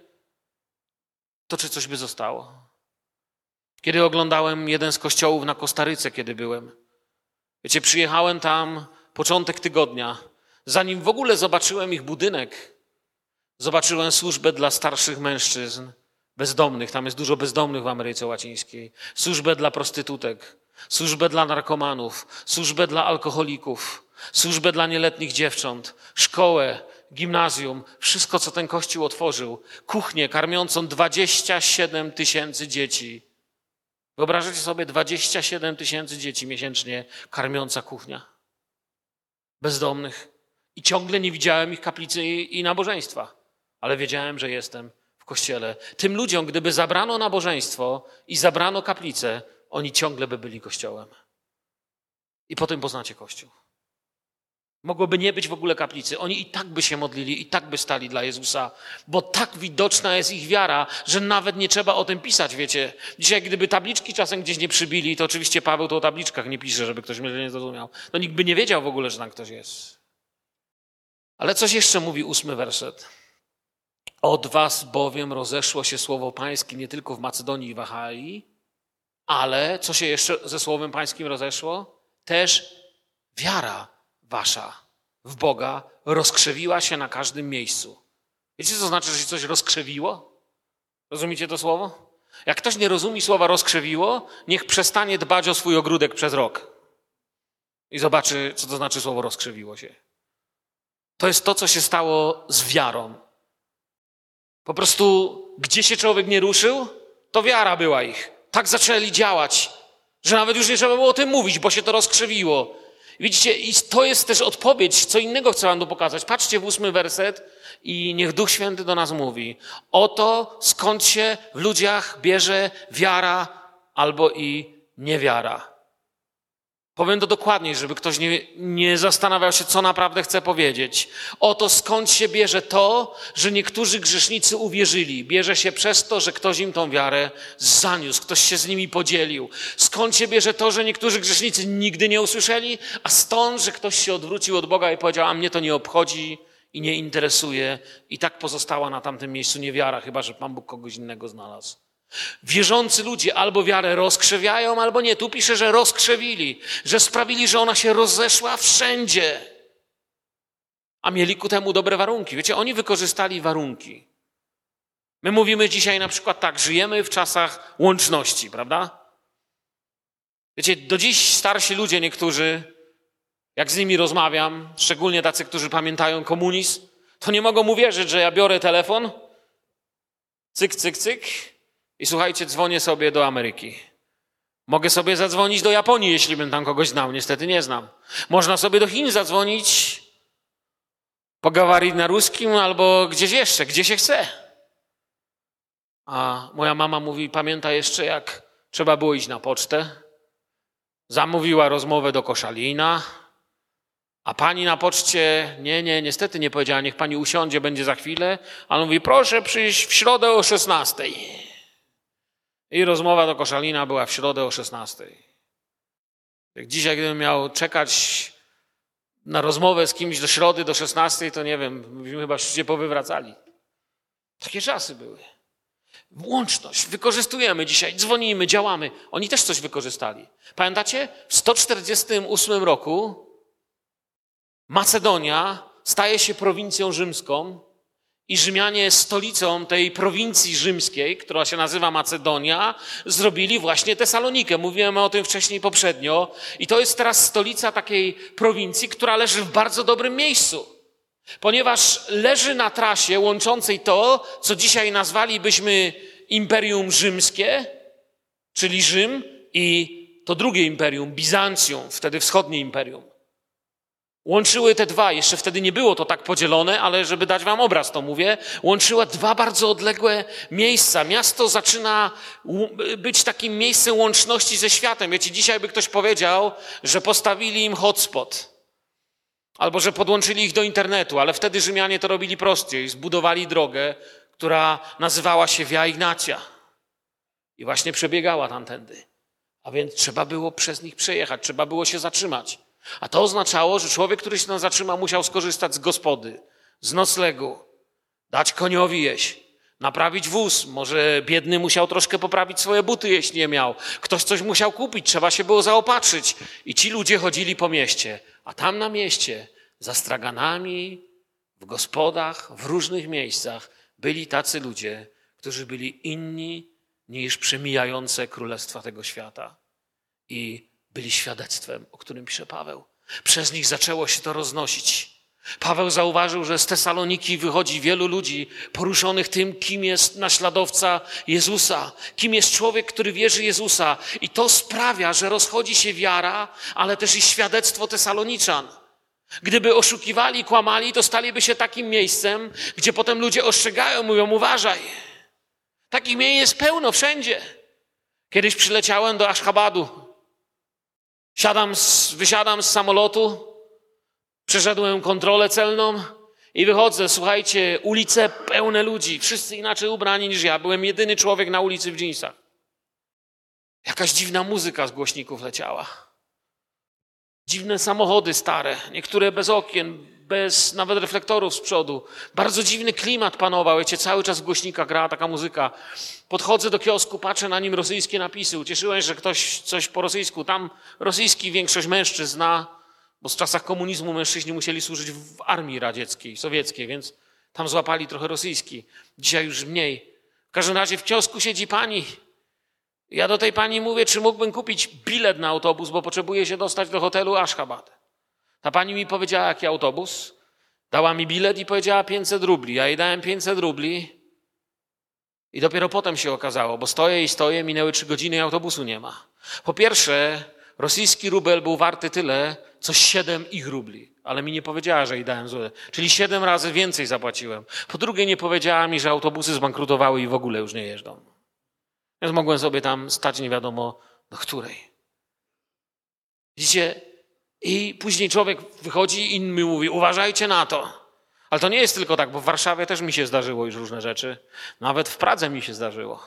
to czy coś by zostało? Kiedy oglądałem jeden z kościołów na Kostaryce, kiedy byłem, wiecie, przyjechałem tam początek tygodnia. Zanim w ogóle zobaczyłem ich budynek, zobaczyłem służbę dla starszych mężczyzn, bezdomnych, tam jest dużo bezdomnych w Ameryce Łacińskiej, służbę dla prostytutek, służbę dla narkomanów, służbę dla alkoholików, służbę dla nieletnich dziewcząt, szkołę, gimnazjum, wszystko, co ten Kościół otworzył, kuchnię karmiącą dwadzieścia siedem tysięcy dzieci. Wyobrażacie sobie dwadzieścia siedem tysięcy dzieci miesięcznie karmiąca kuchnia bezdomnych. I ciągle nie widziałem ich kaplicy i, i nabożeństwa, ale wiedziałem, że jestem w Kościele. Tym ludziom, gdyby zabrano nabożeństwo i zabrano kaplicę, oni ciągle by byli Kościołem. I potem poznacie Kościół. Mogłoby nie być w ogóle kaplicy. Oni i tak by się modlili, i tak by stali dla Jezusa, bo tak widoczna jest ich wiara, że nawet nie trzeba o tym pisać, wiecie. Dzisiaj gdyby tabliczki czasem gdzieś nie przybili, to oczywiście Paweł to o tabliczkach nie pisze, żeby ktoś mnie nie zrozumiał. No nikt by nie wiedział w ogóle, że tam ktoś jest. Ale coś jeszcze mówi ósmy werset. Od was bowiem rozeszło się słowo pańskie nie tylko w Macedonii i w Achai, ale co się jeszcze ze słowem pańskim rozeszło? Też wiara wasza w Boga rozkrzewiła się na każdym miejscu. Wiecie, co to znaczy, że się coś rozkrzewiło? Rozumiecie to słowo? Jak ktoś nie rozumie słowa rozkrzewiło, niech przestanie dbać o swój ogródek przez rok i zobaczy, co to znaczy słowo rozkrzewiło się. To jest to, co się stało z wiarą. Po prostu, gdzie się człowiek nie ruszył, to wiara była ich. Tak zaczęli działać, że nawet już nie trzeba było o tym mówić, bo się to rozkrzewiło. Widzicie, i to jest też odpowiedź, co innego chcę wam tu pokazać. Patrzcie w ósmy werset i niech Duch Święty do nas mówi. Oto skąd się w ludziach bierze wiara albo i niewiara. Powiem to dokładniej, żeby ktoś nie, nie zastanawiał się, co naprawdę chcę powiedzieć. Oto skąd się bierze to, że niektórzy grzesznicy uwierzyli. Bierze się przez to, że ktoś im tą wiarę zaniósł, ktoś się z nimi podzielił. Skąd się bierze to, że niektórzy grzesznicy nigdy nie usłyszeli, a stąd, że ktoś się odwrócił od Boga i powiedział, a mnie to nie obchodzi i nie interesuje. I tak pozostała na tamtym miejscu niewiara, chyba że Pan Bóg kogoś innego znalazł. Wierzący ludzie albo wiarę rozkrzewiają, albo nie. Tu pisze, że rozkrzewili, że sprawili, że ona się rozeszła wszędzie. A mieli ku temu dobre warunki. Wiecie, oni wykorzystali warunki. My mówimy dzisiaj na przykład tak, żyjemy w czasach łączności, prawda? Wiecie, do dziś starsi ludzie niektórzy, jak z nimi rozmawiam, szczególnie tacy, którzy pamiętają komunizm, to nie mogą uwierzyć, że ja biorę telefon, cyk, cyk, cyk, i słuchajcie, dzwonię sobie do Ameryki. Mogę sobie zadzwonić do Japonii, jeśli bym tam kogoś znał. Niestety nie znam. Można sobie do Chin zadzwonić, pogadać na ruskim albo gdzieś jeszcze, gdzie się chce. A moja mama mówi, pamięta jeszcze, jak trzeba było iść na pocztę. Zamówiła rozmowę do Koszalina, a pani na poczcie, nie, nie, niestety nie powiedziała, niech pani usiądzie, będzie za chwilę. A on mówi, proszę przyjść w środę o szesnastej. I rozmowa do Koszalina była w środę o szesnastej. Jak dzisiaj, gdybym miał czekać na rozmowę z kimś do środy do szesnastej, to nie wiem, byśmy chyba się powywracali. Takie czasy były. Łączność. Wykorzystujemy dzisiaj, dzwonimy, działamy. Oni też coś wykorzystali. Pamiętacie? W sto czterdziestym ósmym roku Macedonia staje się prowincją rzymską i Rzymianie stolicą tej prowincji rzymskiej, która się nazywa Macedonia, zrobili właśnie Tesalonikę. Mówiłem o tym wcześniej poprzednio. I to jest teraz stolica takiej prowincji, która leży w bardzo dobrym miejscu. Ponieważ leży na trasie łączącej to, co dzisiaj nazwalibyśmy Imperium Rzymskie, czyli Rzym, i to drugie imperium, Bizancjum, wtedy wschodnie imperium. Łączyły te dwa, jeszcze wtedy nie było to tak podzielone, ale żeby dać wam obraz, to mówię, łączyła dwa bardzo odległe miejsca. Miasto zaczyna być takim miejscem łączności ze światem. Wiecie, dzisiaj by ktoś powiedział, że postawili im hotspot, albo że podłączyli ich do internetu, ale wtedy Rzymianie to robili prościej. Zbudowali drogę, która nazywała się Via Ignatia i właśnie przebiegała tamtędy. A więc trzeba było przez nich przejechać, trzeba było się zatrzymać. A to oznaczało, że człowiek, który się tam zatrzymał, musiał skorzystać z gospody, z noclegu, dać koniowi jeść, naprawić wóz. Może biedny musiał troszkę poprawić swoje buty, jeśli nie miał. Ktoś coś musiał kupić, trzeba się było zaopatrzyć. I ci ludzie chodzili po mieście. A tam na mieście, za straganami, w gospodach, w różnych miejscach byli tacy ludzie, którzy byli inni niż przemijające królestwa tego świata. I byli świadectwem, o którym pisze Paweł. Przez nich zaczęło się to roznosić. Paweł zauważył, że z Tesaloniki wychodzi wielu ludzi poruszonych tym, kim jest naśladowca Jezusa, kim jest człowiek, który wierzy Jezusa. I to sprawia, że rozchodzi się wiara, ale też i świadectwo Tesaloniczan. Gdyby oszukiwali i kłamali, to staliby się takim miejscem, gdzie potem ludzie ostrzegają, mówią, uważaj. Takich miejsc jest pełno wszędzie. Kiedyś przyleciałem do Aszchabadu. Siadam z, wysiadam z samolotu Przeszedłem kontrolę celną i wychodzę, słuchajcie, ulice pełne ludzi, wszyscy inaczej ubrani niż ja. Byłem jedyny człowiek na ulicy w dżinsach. Jakaś dziwna muzyka z głośników leciała. Dziwne samochody stare, niektóre bez okien, bez nawet reflektorów z przodu. Bardzo dziwny klimat panował, wiecie, cały czas w głośnikach grała taka muzyka. Podchodzę do kiosku, patrzę na nim rosyjskie napisy. Ucieszyłem się, że ktoś coś po rosyjsku. Tam rosyjski większość mężczyzn zna, bo w czasach komunizmu mężczyźni musieli służyć w armii radzieckiej, sowieckiej, więc tam złapali trochę rosyjski. Dzisiaj już mniej. W każdym razie w kiosku siedzi pani. Ja do tej pani mówię, czy mógłbym kupić bilet na autobus, bo potrzebuję się dostać do hotelu Ashgabat. Ta pani mi powiedziała, jaki autobus. Dała mi bilet i powiedziała pięćset rubli. Ja jej dałem pięćset rubli i dopiero potem się okazało, bo stoję i stoję, minęły trzy godziny i autobusu nie ma. Po pierwsze, rosyjski rubel był warty tyle, co siedem ich rubli. Ale mi nie powiedziała, że jej dałem złe. Czyli siedem razy więcej zapłaciłem. Po drugie, nie powiedziała mi, że autobusy zbankrutowały i w ogóle już nie jeżdżą. Więc mogłem sobie tam stać nie wiadomo do której. Widzicie? I później człowiek wychodzi i inny mówi, uważajcie na to. Ale to nie jest tylko tak, bo w Warszawie też mi się zdarzyło już różne rzeczy. Nawet w Pradze mi się zdarzyło.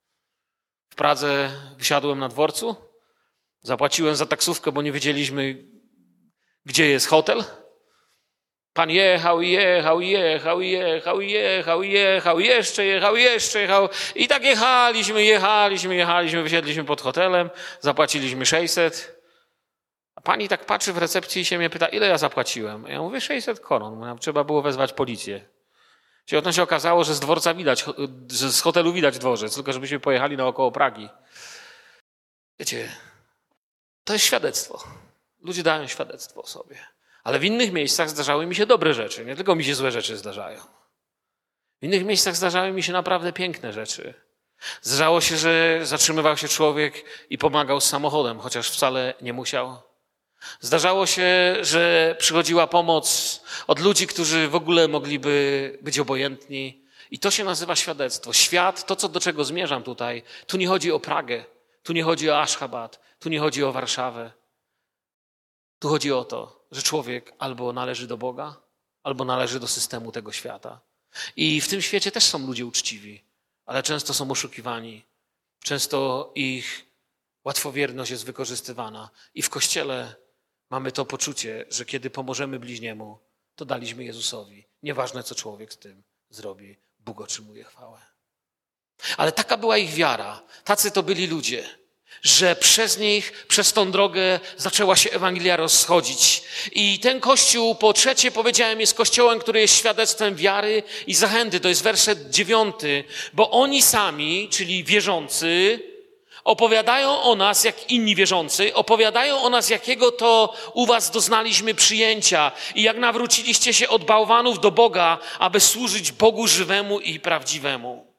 W Pradze wysiadłem na dworcu, zapłaciłem za taksówkę, bo nie wiedzieliśmy, gdzie jest hotel. Pan jechał i jechał, i jechał, i jechał, i jechał, i jechał, jeszcze jechał, jeszcze jechał. I tak jechaliśmy, jechaliśmy, jechaliśmy, wysiedliśmy pod hotelem, zapłaciliśmy sześćset. A pani tak patrzy w recepcji i się mnie pyta, ile ja zapłaciłem? Ja mówię, sześćset koron. Trzeba było wezwać policję. Czyli potem się okazało, że z dworca widać, że z hotelu widać dworzec, tylko żebyśmy pojechali naokoło Pragi. Wiecie, to jest świadectwo. Ludzie dają świadectwo o sobie. Ale w innych miejscach zdarzały mi się dobre rzeczy. Nie tylko mi się złe rzeczy zdarzają. W innych miejscach zdarzały mi się naprawdę piękne rzeczy. Zdarzało się, że zatrzymywał się człowiek i pomagał z samochodem, chociaż wcale nie musiał. Zdarzało się, że przychodziła pomoc od ludzi, którzy w ogóle mogliby być obojętni. I to się nazywa świadectwo. Świat, to co do czego zmierzam tutaj, tu nie chodzi o Pragę, tu nie chodzi o Ashgabat, tu nie chodzi o Warszawę. Tu chodzi o to, że człowiek albo należy do Boga, albo należy do systemu tego świata. I w tym świecie też są ludzie uczciwi, ale często są oszukiwani. Często ich łatwowierność jest wykorzystywana. I w Kościele mamy to poczucie, że kiedy pomożemy bliźniemu, to daliśmy Jezusowi. Nieważne, co człowiek z tym zrobi, Bóg otrzymuje chwałę. Ale taka była ich wiara. Tacy to byli ludzie, że przez nich, przez tą drogę zaczęła się Ewangelia rozchodzić. I ten Kościół, po trzecie powiedziałem, jest Kościołem, który jest świadectwem wiary i zachęty. To jest werset dziewiąty, bo oni sami, czyli wierzący, opowiadają o nas, jak inni wierzący, opowiadają o nas, jakiego to u was doznaliśmy przyjęcia i jak nawróciliście się od bałwanów do Boga, aby służyć Bogu żywemu i prawdziwemu.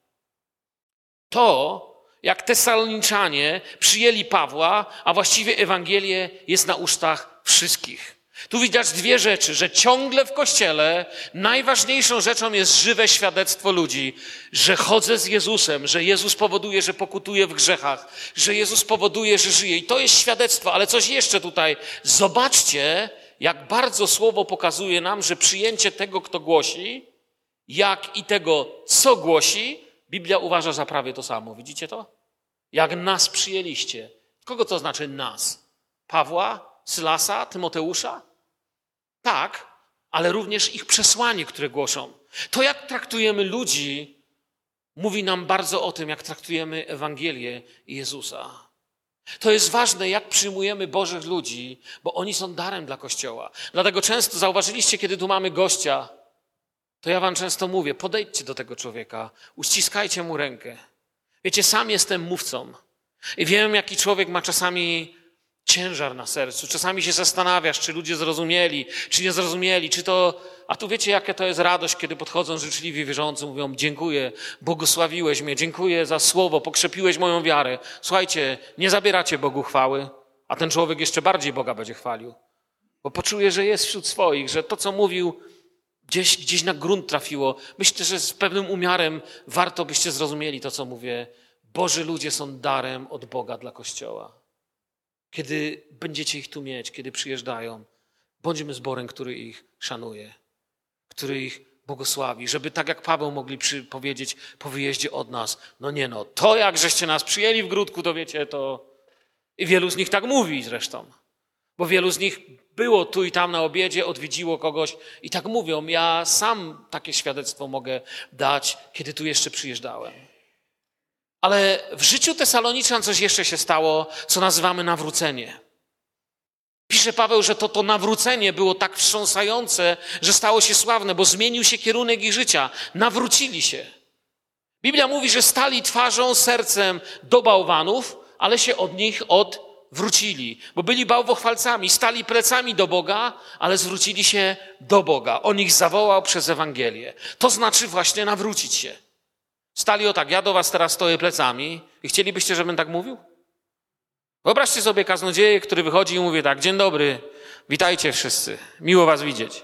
To, jak Tesaloniczanie przyjęli Pawła, a właściwie Ewangelię jest na ustach wszystkich. Tu widać dwie rzeczy, że ciągle w Kościele najważniejszą rzeczą jest żywe świadectwo ludzi, że chodzę z Jezusem, że Jezus powoduje, że pokutuję w grzechach, że Jezus powoduje, że żyję. I to jest świadectwo, ale coś jeszcze tutaj. Zobaczcie, jak bardzo Słowo pokazuje nam, że przyjęcie tego, kto głosi, jak i tego, co głosi, Biblia uważa za prawie to samo. Widzicie to? Jak nas przyjęliście. Kogo to znaczy nas? Pawła, Sylasa, Tymoteusza? Tak, ale również ich przesłanie, które głoszą. To, jak traktujemy ludzi, mówi nam bardzo o tym, jak traktujemy Ewangelię i Jezusa. To jest ważne, jak przyjmujemy Bożych ludzi, bo oni są darem dla Kościoła. Dlatego często zauważyliście, kiedy tu mamy gościa, to ja wam często mówię, podejdźcie do tego człowieka, uściskajcie mu rękę. Wiecie, sam jestem mówcą i wiem, jaki człowiek ma czasami ciężar na sercu. Czasami się zastanawiasz, czy ludzie zrozumieli, czy nie zrozumieli, czy to... A tu wiecie, jaka to jest radość, kiedy podchodzą życzliwi wierzący, mówią, dziękuję, błogosławiłeś mnie, dziękuję za słowo, pokrzepiłeś moją wiarę. Słuchajcie, nie zabieracie Bogu chwały, a ten człowiek jeszcze bardziej Boga będzie chwalił. Bo poczuje, że jest wśród swoich, że to, co mówił, Gdzieś, gdzieś na grunt trafiło. Myślę, że z pewnym umiarem warto byście zrozumieli to, co mówię. Boży ludzie są darem od Boga dla Kościoła. Kiedy będziecie ich tu mieć, kiedy przyjeżdżają, Bądźmy zborem, który ich szanuje, który ich błogosławi, żeby tak jak Paweł mogli przy, powiedzieć po wyjeździe od nas, no nie no, to jak żeście nas przyjęli w Gródku, to wiecie, to i wielu z nich tak mówi zresztą, bo wielu z nich było tu i tam na obiedzie, odwiedziło kogoś i tak mówią, ja sam takie świadectwo mogę dać, kiedy tu jeszcze przyjeżdżałem. Ale w życiu Tesaloniczan coś jeszcze się stało, co nazywamy nawrócenie. Pisze Paweł, że to, to nawrócenie było tak wstrząsające, że stało się sławne, bo zmienił się kierunek ich życia. Nawrócili się. Biblia mówi, że stali twarzą, sercem do bałwanów, ale się od nich odwrócili, bo byli bałwochwalcami, stali plecami do Boga, ale zwrócili się do Boga. On ich zawołał przez Ewangelię. To znaczy właśnie nawrócić się. Stali o tak, ja do was teraz stoję plecami i chcielibyście, żebym tak mówił? Wyobraźcie sobie kaznodzieję, który wychodzi i mówi tak, dzień dobry, witajcie wszyscy, miło was widzieć.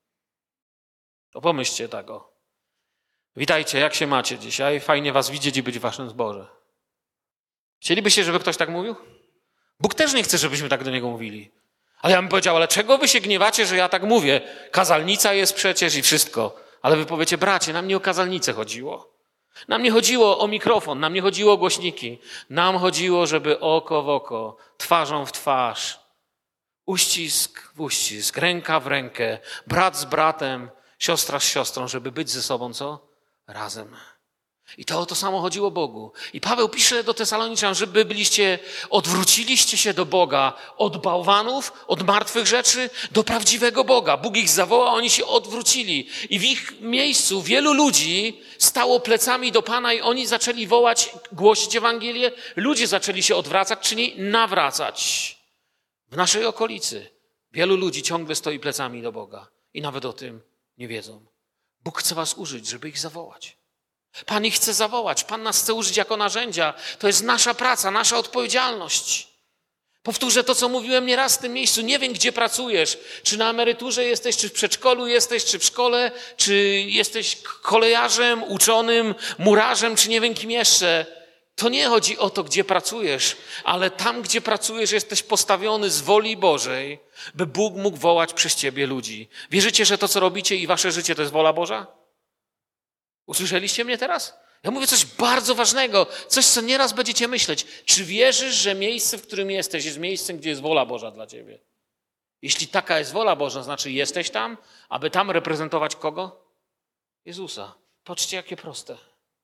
To pomyślcie tak o. Witajcie, jak się macie dzisiaj? Fajnie was widzieć i być w waszym zborze. Chcielibyście, żeby ktoś tak mówił? Bóg też nie chce, żebyśmy tak do Niego mówili. Ale ja bym powiedział, ale czego wy się gniewacie, że ja tak mówię? Kazalnica jest przecież i wszystko. Ale wy powiecie, bracie, nam nie o kazalnicę chodziło. Nam nie chodziło o mikrofon, nam nie chodziło o głośniki. Nam chodziło, żeby oko w oko, twarzą w twarz, uścisk w uścisk, ręka w rękę, brat z bratem, siostra z siostrą, żeby być ze sobą, co? Razem. I to o to samo chodziło Bogu. I Paweł pisze do Tesaloniczan, żeby byliście, odwróciliście się do Boga od bałwanów, od martwych rzeczy, do prawdziwego Boga. Bóg ich zawołał, oni się odwrócili. I w ich miejscu wielu ludzi stało plecami do Pana i oni zaczęli wołać, głosić Ewangelię. Ludzie zaczęli się odwracać, czyli nawracać. W naszej okolicy wielu ludzi ciągle stoi plecami do Boga i nawet o tym nie wiedzą. Bóg chce was użyć, żeby ich zawołać. Pan ich chce zawołać, Pan nas chce użyć jako narzędzia. To jest nasza praca, nasza odpowiedzialność. Powtórzę to, co mówiłem nieraz w tym miejscu. Nie wiem, gdzie pracujesz. Czy na emeryturze jesteś, czy w przedszkolu jesteś, czy w szkole, czy jesteś kolejarzem, uczonym, murarzem, czy nie wiem kim jeszcze. To nie chodzi o to, gdzie pracujesz, ale tam, gdzie pracujesz, jesteś postawiony z woli Bożej, by Bóg mógł wołać przez ciebie ludzi. Wierzycie, że to, co robicie i wasze życie, to jest wola Boża? Usłyszeliście mnie teraz? Ja mówię coś bardzo ważnego, coś, co nieraz będziecie myśleć. Czy wierzysz, że miejsce, w którym jesteś, jest miejscem, gdzie jest wola Boża dla ciebie? Jeśli taka jest wola Boża, znaczy jesteś tam, aby tam reprezentować kogo? Jezusa. Patrzcie, jakie proste.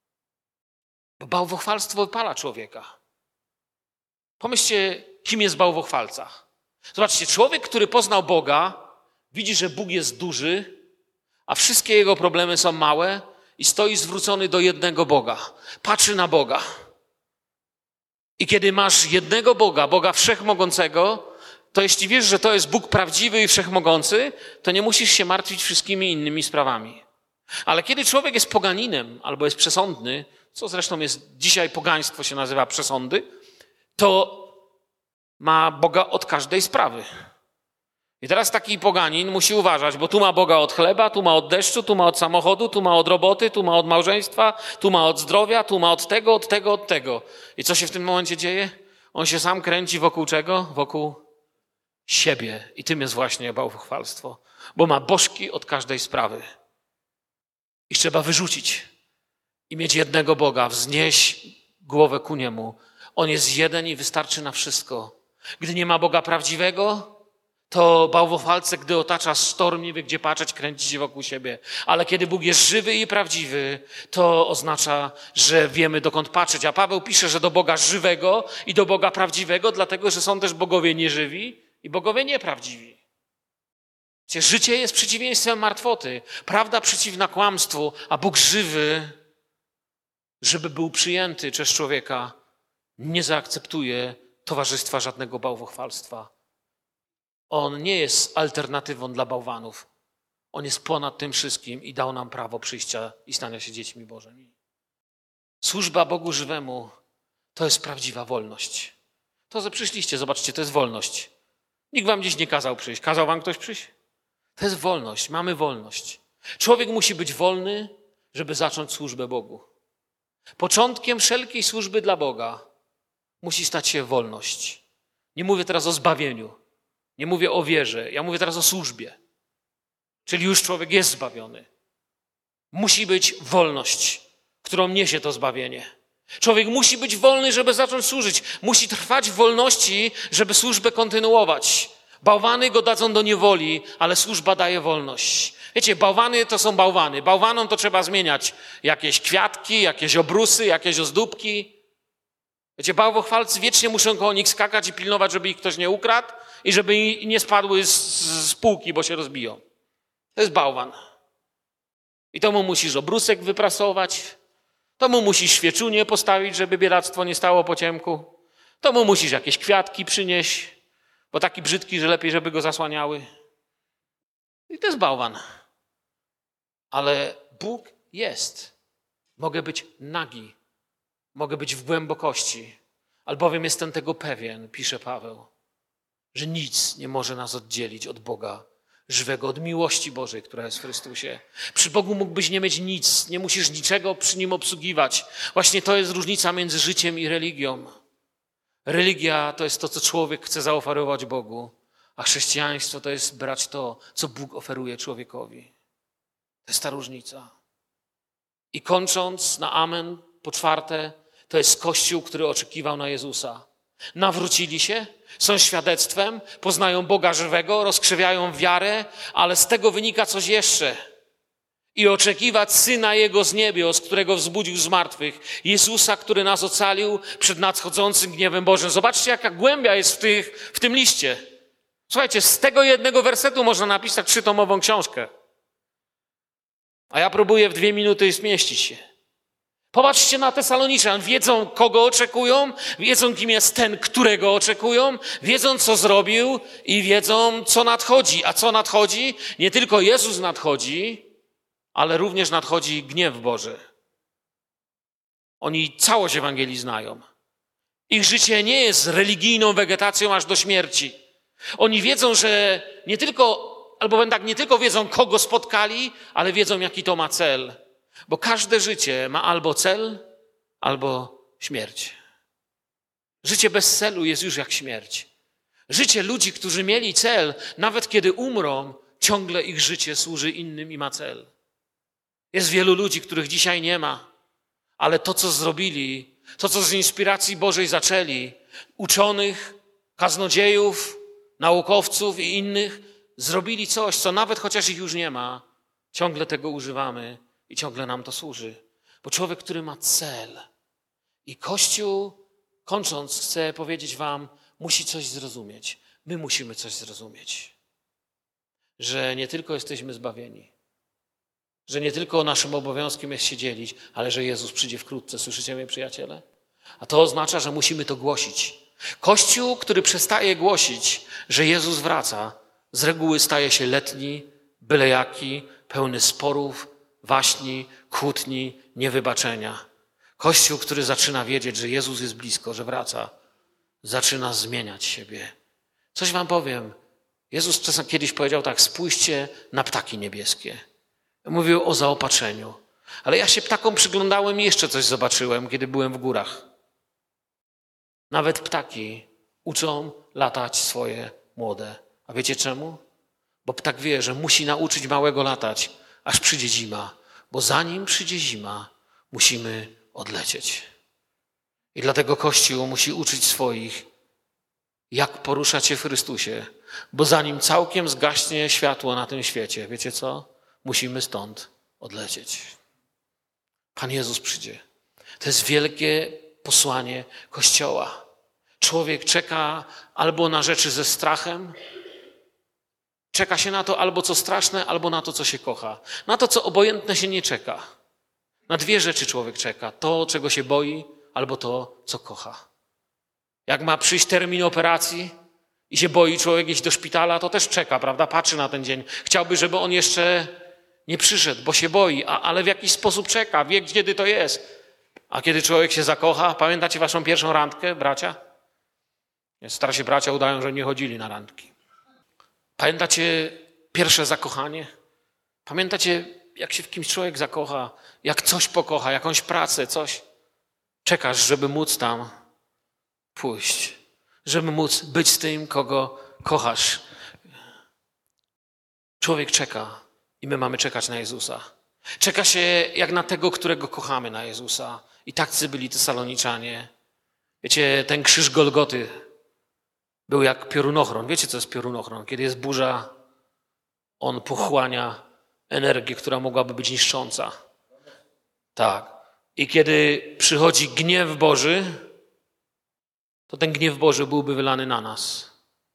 Bo bałwochwalstwo wypala człowieka. Pomyślcie, kim jest bałwochwalca. Zobaczcie, człowiek, który poznał Boga, widzi, że Bóg jest duży, a wszystkie jego problemy są małe, i stoi zwrócony do jednego Boga. Patrzy na Boga. I kiedy masz jednego Boga, Boga Wszechmogącego, to jeśli wiesz, że to jest Bóg prawdziwy i wszechmogący, to nie musisz się martwić wszystkimi innymi sprawami. Ale kiedy człowiek jest poganinem albo jest przesądny, co zresztą jest dzisiaj pogaństwo się nazywa przesądy, to ma Boga od każdej sprawy. I teraz taki poganin musi uważać, bo tu ma Boga od chleba, tu ma od deszczu, tu ma od samochodu, tu ma od roboty, tu ma od małżeństwa, tu ma od zdrowia, tu ma od tego, od tego, od tego. I co się w tym momencie dzieje? On się sam kręci wokół czego? Wokół siebie. I tym jest właśnie bałwochwalstwo. Bo ma bożki od każdej sprawy. Ich trzeba wyrzucić i mieć jednego Boga, wznieść głowę ku Niemu. On jest jeden i wystarczy na wszystko. Gdy nie ma Boga prawdziwego, to bałwochwalce, gdy otacza sztorm, nie wie, gdzie patrzeć, kręci się wokół siebie. Ale kiedy Bóg jest żywy i prawdziwy, to oznacza, że wiemy, dokąd patrzeć. A Paweł pisze, że do Boga żywego i do Boga prawdziwego, dlatego, że są też bogowie nieżywi i bogowie nieprawdziwi. Życie jest przeciwieństwem martwoty. Prawda przeciwna kłamstwu, a Bóg żywy, żeby był przyjęty przez człowieka, nie zaakceptuje towarzystwa żadnego bałwochwalstwa. On nie jest alternatywą dla bałwanów. On jest ponad tym wszystkim i dał nam prawo przyjścia i stania się dziećmi Bożymi. Służba Bogu żywemu to jest prawdziwa wolność. To, że przyszliście, zobaczcie, to jest wolność. Nikt wam dziś nie kazał przyjść. Kazał wam ktoś przyjść? To jest wolność. Mamy wolność. Człowiek musi być wolny, żeby zacząć służbę Bogu. Początkiem wszelkiej służby dla Boga musi stać się wolność. Nie mówię teraz o zbawieniu. Nie mówię o wierze, ja mówię teraz o służbie. Czyli już człowiek jest zbawiony. Musi być wolność, którą niesie to zbawienie. Człowiek musi być wolny, żeby zacząć służyć. Musi trwać w wolności, żeby służbę kontynuować. Bałwany go dadzą do niewoli, ale służba daje wolność. Wiecie, bałwany to są bałwany. Bałwanom to trzeba zmieniać jakieś kwiatki, jakieś obrusy, jakieś ozdóbki. Wiecie, bałwochwalcy wiecznie muszą koło nich skakać i pilnować, żeby ich ktoś nie ukradł i żeby nie spadły z, z półki, bo się rozbiją. To jest bałwan. I to mu musisz obrusek wyprasować, to mu musisz świeczunię postawić, żeby bielactwo nie stało po ciemku, to mu musisz jakieś kwiatki przynieść, bo taki brzydki, że lepiej, żeby go zasłaniały. I to jest bałwan. Ale Bóg jest. Mogę być nagi, mogę być w głębokości, albowiem jestem tego pewien, pisze Paweł, że nic nie może nas oddzielić od Boga żywego, od miłości Bożej, która jest w Chrystusie. Przy Bogu mógłbyś nie mieć nic, nie musisz niczego przy Nim obsługiwać. Właśnie to jest różnica między życiem i religią. Religia to jest to, co człowiek chce zaoferować Bogu, a chrześcijaństwo to jest brać to, co Bóg oferuje człowiekowi. To jest ta różnica. I kończąc na amen, po czwarte, to jest Kościół, który oczekiwał na Jezusa. Nawrócili się, są świadectwem, poznają Boga żywego, rozkrzewiają wiarę, ale z tego wynika coś jeszcze. I oczekiwać Syna Jego z niebios, którego wzbudził z martwych. Jezusa, który nas ocalił przed nadchodzącym gniewem Bożym. Zobaczcie, jaka głębia jest w, tych, w tym liście. Słuchajcie, z tego jednego wersetu można napisać trzytomową książkę. A ja próbuję w dwie minuty zmieścić się. Popatrzcie na Tesaloniczan. Wiedzą, kogo oczekują, wiedzą, kim jest ten, którego oczekują, wiedzą, co zrobił i wiedzą, co nadchodzi. A co nadchodzi? Nie tylko Jezus nadchodzi, ale również nadchodzi gniew Boży. Oni całość Ewangelii znają. Ich życie nie jest religijną wegetacją aż do śmierci. Oni wiedzą, że nie tylko, albo tak, nie tylko wiedzą, kogo spotkali, ale wiedzą, jaki to ma cel. Bo każde życie ma albo cel, albo śmierć. Życie bez celu jest już jak śmierć. Życie ludzi, którzy mieli cel, nawet kiedy umrą, ciągle ich życie służy innym i ma cel. Jest wielu ludzi, których dzisiaj nie ma, ale to, co zrobili, to, co z inspiracji Bożej zaczęli, uczonych, kaznodziejów, naukowców i innych, zrobili coś, co nawet chociaż ich już nie ma, ciągle tego używamy i ciągle nam to służy. Bo człowiek, który ma cel i Kościół, kończąc, chcę powiedzieć wam, musi coś zrozumieć. My musimy coś zrozumieć. Że nie tylko jesteśmy zbawieni, że nie tylko naszym obowiązkiem jest się dzielić, ale że Jezus przyjdzie wkrótce. Słyszycie mnie, przyjaciele? A to oznacza, że musimy to głosić. Kościół, który przestaje głosić, że Jezus wraca, z reguły staje się letni, byle jaki, pełny sporów, waśni, kłótni, niewybaczenia. Kościół, który zaczyna wiedzieć, że Jezus jest blisko, że wraca, zaczyna zmieniać siebie. Coś wam powiem. Jezus czasem kiedyś powiedział tak, spójrzcie na ptaki niebieskie. Mówił o zaopatrzeniu. Ale ja się ptakom przyglądałem i jeszcze coś zobaczyłem, kiedy byłem w górach. Nawet ptaki uczą latać swoje młode. A wiecie czemu? Bo ptak wie, że musi nauczyć małego latać, aż przyjdzie zima. Bo zanim przyjdzie zima, musimy odlecieć. I dlatego Kościół musi uczyć swoich, jak poruszać się w Chrystusie. Bo zanim całkiem zgaśnie światło na tym świecie, wiecie co? Musimy stąd odlecieć. Pan Jezus przyjdzie. To jest wielkie posłanie Kościoła. Człowiek czeka albo na rzeczy ze strachem, czeka się na to albo co straszne, albo na to, co się kocha. Na to, co obojętne, się nie czeka. Na dwie rzeczy człowiek czeka. To, czego się boi, albo to, co kocha. Jak ma przyjść termin operacji i się boi człowiek iść do szpitala, to też czeka, prawda? Patrzy na ten dzień. Chciałby, żeby on jeszcze nie przyszedł, bo się boi, a, ale w jakiś sposób czeka, wie, kiedy to jest. A kiedy człowiek się zakocha, pamiętacie waszą pierwszą randkę, bracia? Starsi bracia udają, że nie chodzili na randki. Pamiętacie pierwsze zakochanie? Pamiętacie, jak się w kimś człowiek zakocha, jak coś pokocha, jakąś pracę, coś? Czekasz, żeby móc tam pójść, żeby móc być z tym, kogo kochasz. Człowiek czeka i my mamy czekać na Jezusa. Czeka się jak na tego, którego kochamy, na Jezusa. I tacy byli Tesaloniczanie. Wiecie, ten krzyż Golgoty był jak piorunochron. Wiecie, co jest piorunochron? Kiedy jest burza, on pochłania energię, która mogłaby być niszcząca. Tak. I kiedy przychodzi gniew Boży, to ten gniew Boży byłby wylany na nas.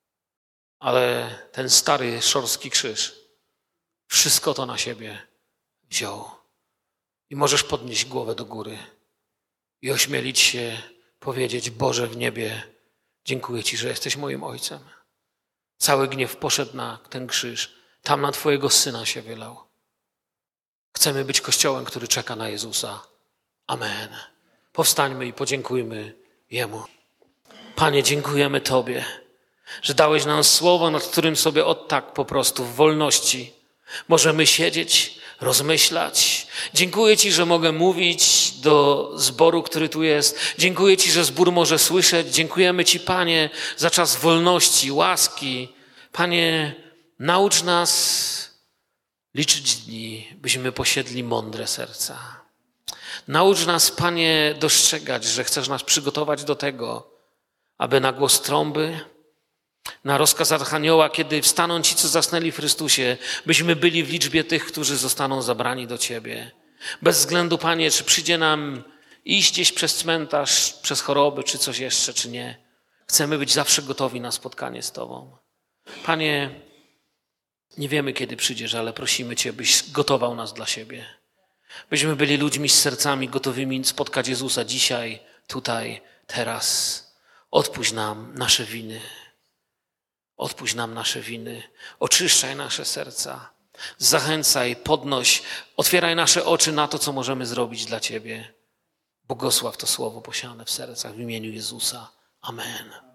Ale ten stary, szorstki krzyż wszystko to na siebie wziął. I możesz podnieść głowę do góry i ośmielić się powiedzieć: Boże w niebie, dziękuję Ci, że jesteś moim Ojcem. Cały gniew poszedł na ten krzyż. Tam na Twojego Syna się wylał. Chcemy być Kościołem, który czeka na Jezusa. Amen. Powstańmy i podziękujmy Jemu. Panie, dziękujemy Tobie, że dałeś nam słowo, nad którym sobie od tak po prostu w wolności możemy siedzieć, rozmyślać. Dziękuję Ci, że mogę mówić do zboru, który tu jest. Dziękuję Ci, że zbór może słyszeć. Dziękujemy Ci, Panie, za czas wolności, łaski. Panie, naucz nas liczyć dni, byśmy posiedli mądre serca. Naucz nas, Panie, dostrzegać, że chcesz nas przygotować do tego, aby na głos trąby, na rozkaz Archanioła, kiedy wstaną ci, co zasnęli w Chrystusie, byśmy byli w liczbie tych, którzy zostaną zabrani do Ciebie. Bez względu, Panie, czy przyjdzie nam iść gdzieś przez cmentarz, przez choroby, czy coś jeszcze, czy nie. Chcemy być zawsze gotowi na spotkanie z Tobą. Panie, nie wiemy, kiedy przyjdziesz, ale prosimy Cię, byś gotował nas dla siebie. Byśmy byli ludźmi z sercami gotowymi spotkać Jezusa dzisiaj, tutaj, teraz. Odpuść nam nasze winy. Odpuść nam nasze winy. Oczyszczaj nasze serca. Zachęcaj, podnoś, otwieraj nasze oczy na to, co możemy zrobić dla Ciebie. Błogosław to słowo posiane w sercach w imieniu Jezusa. Amen.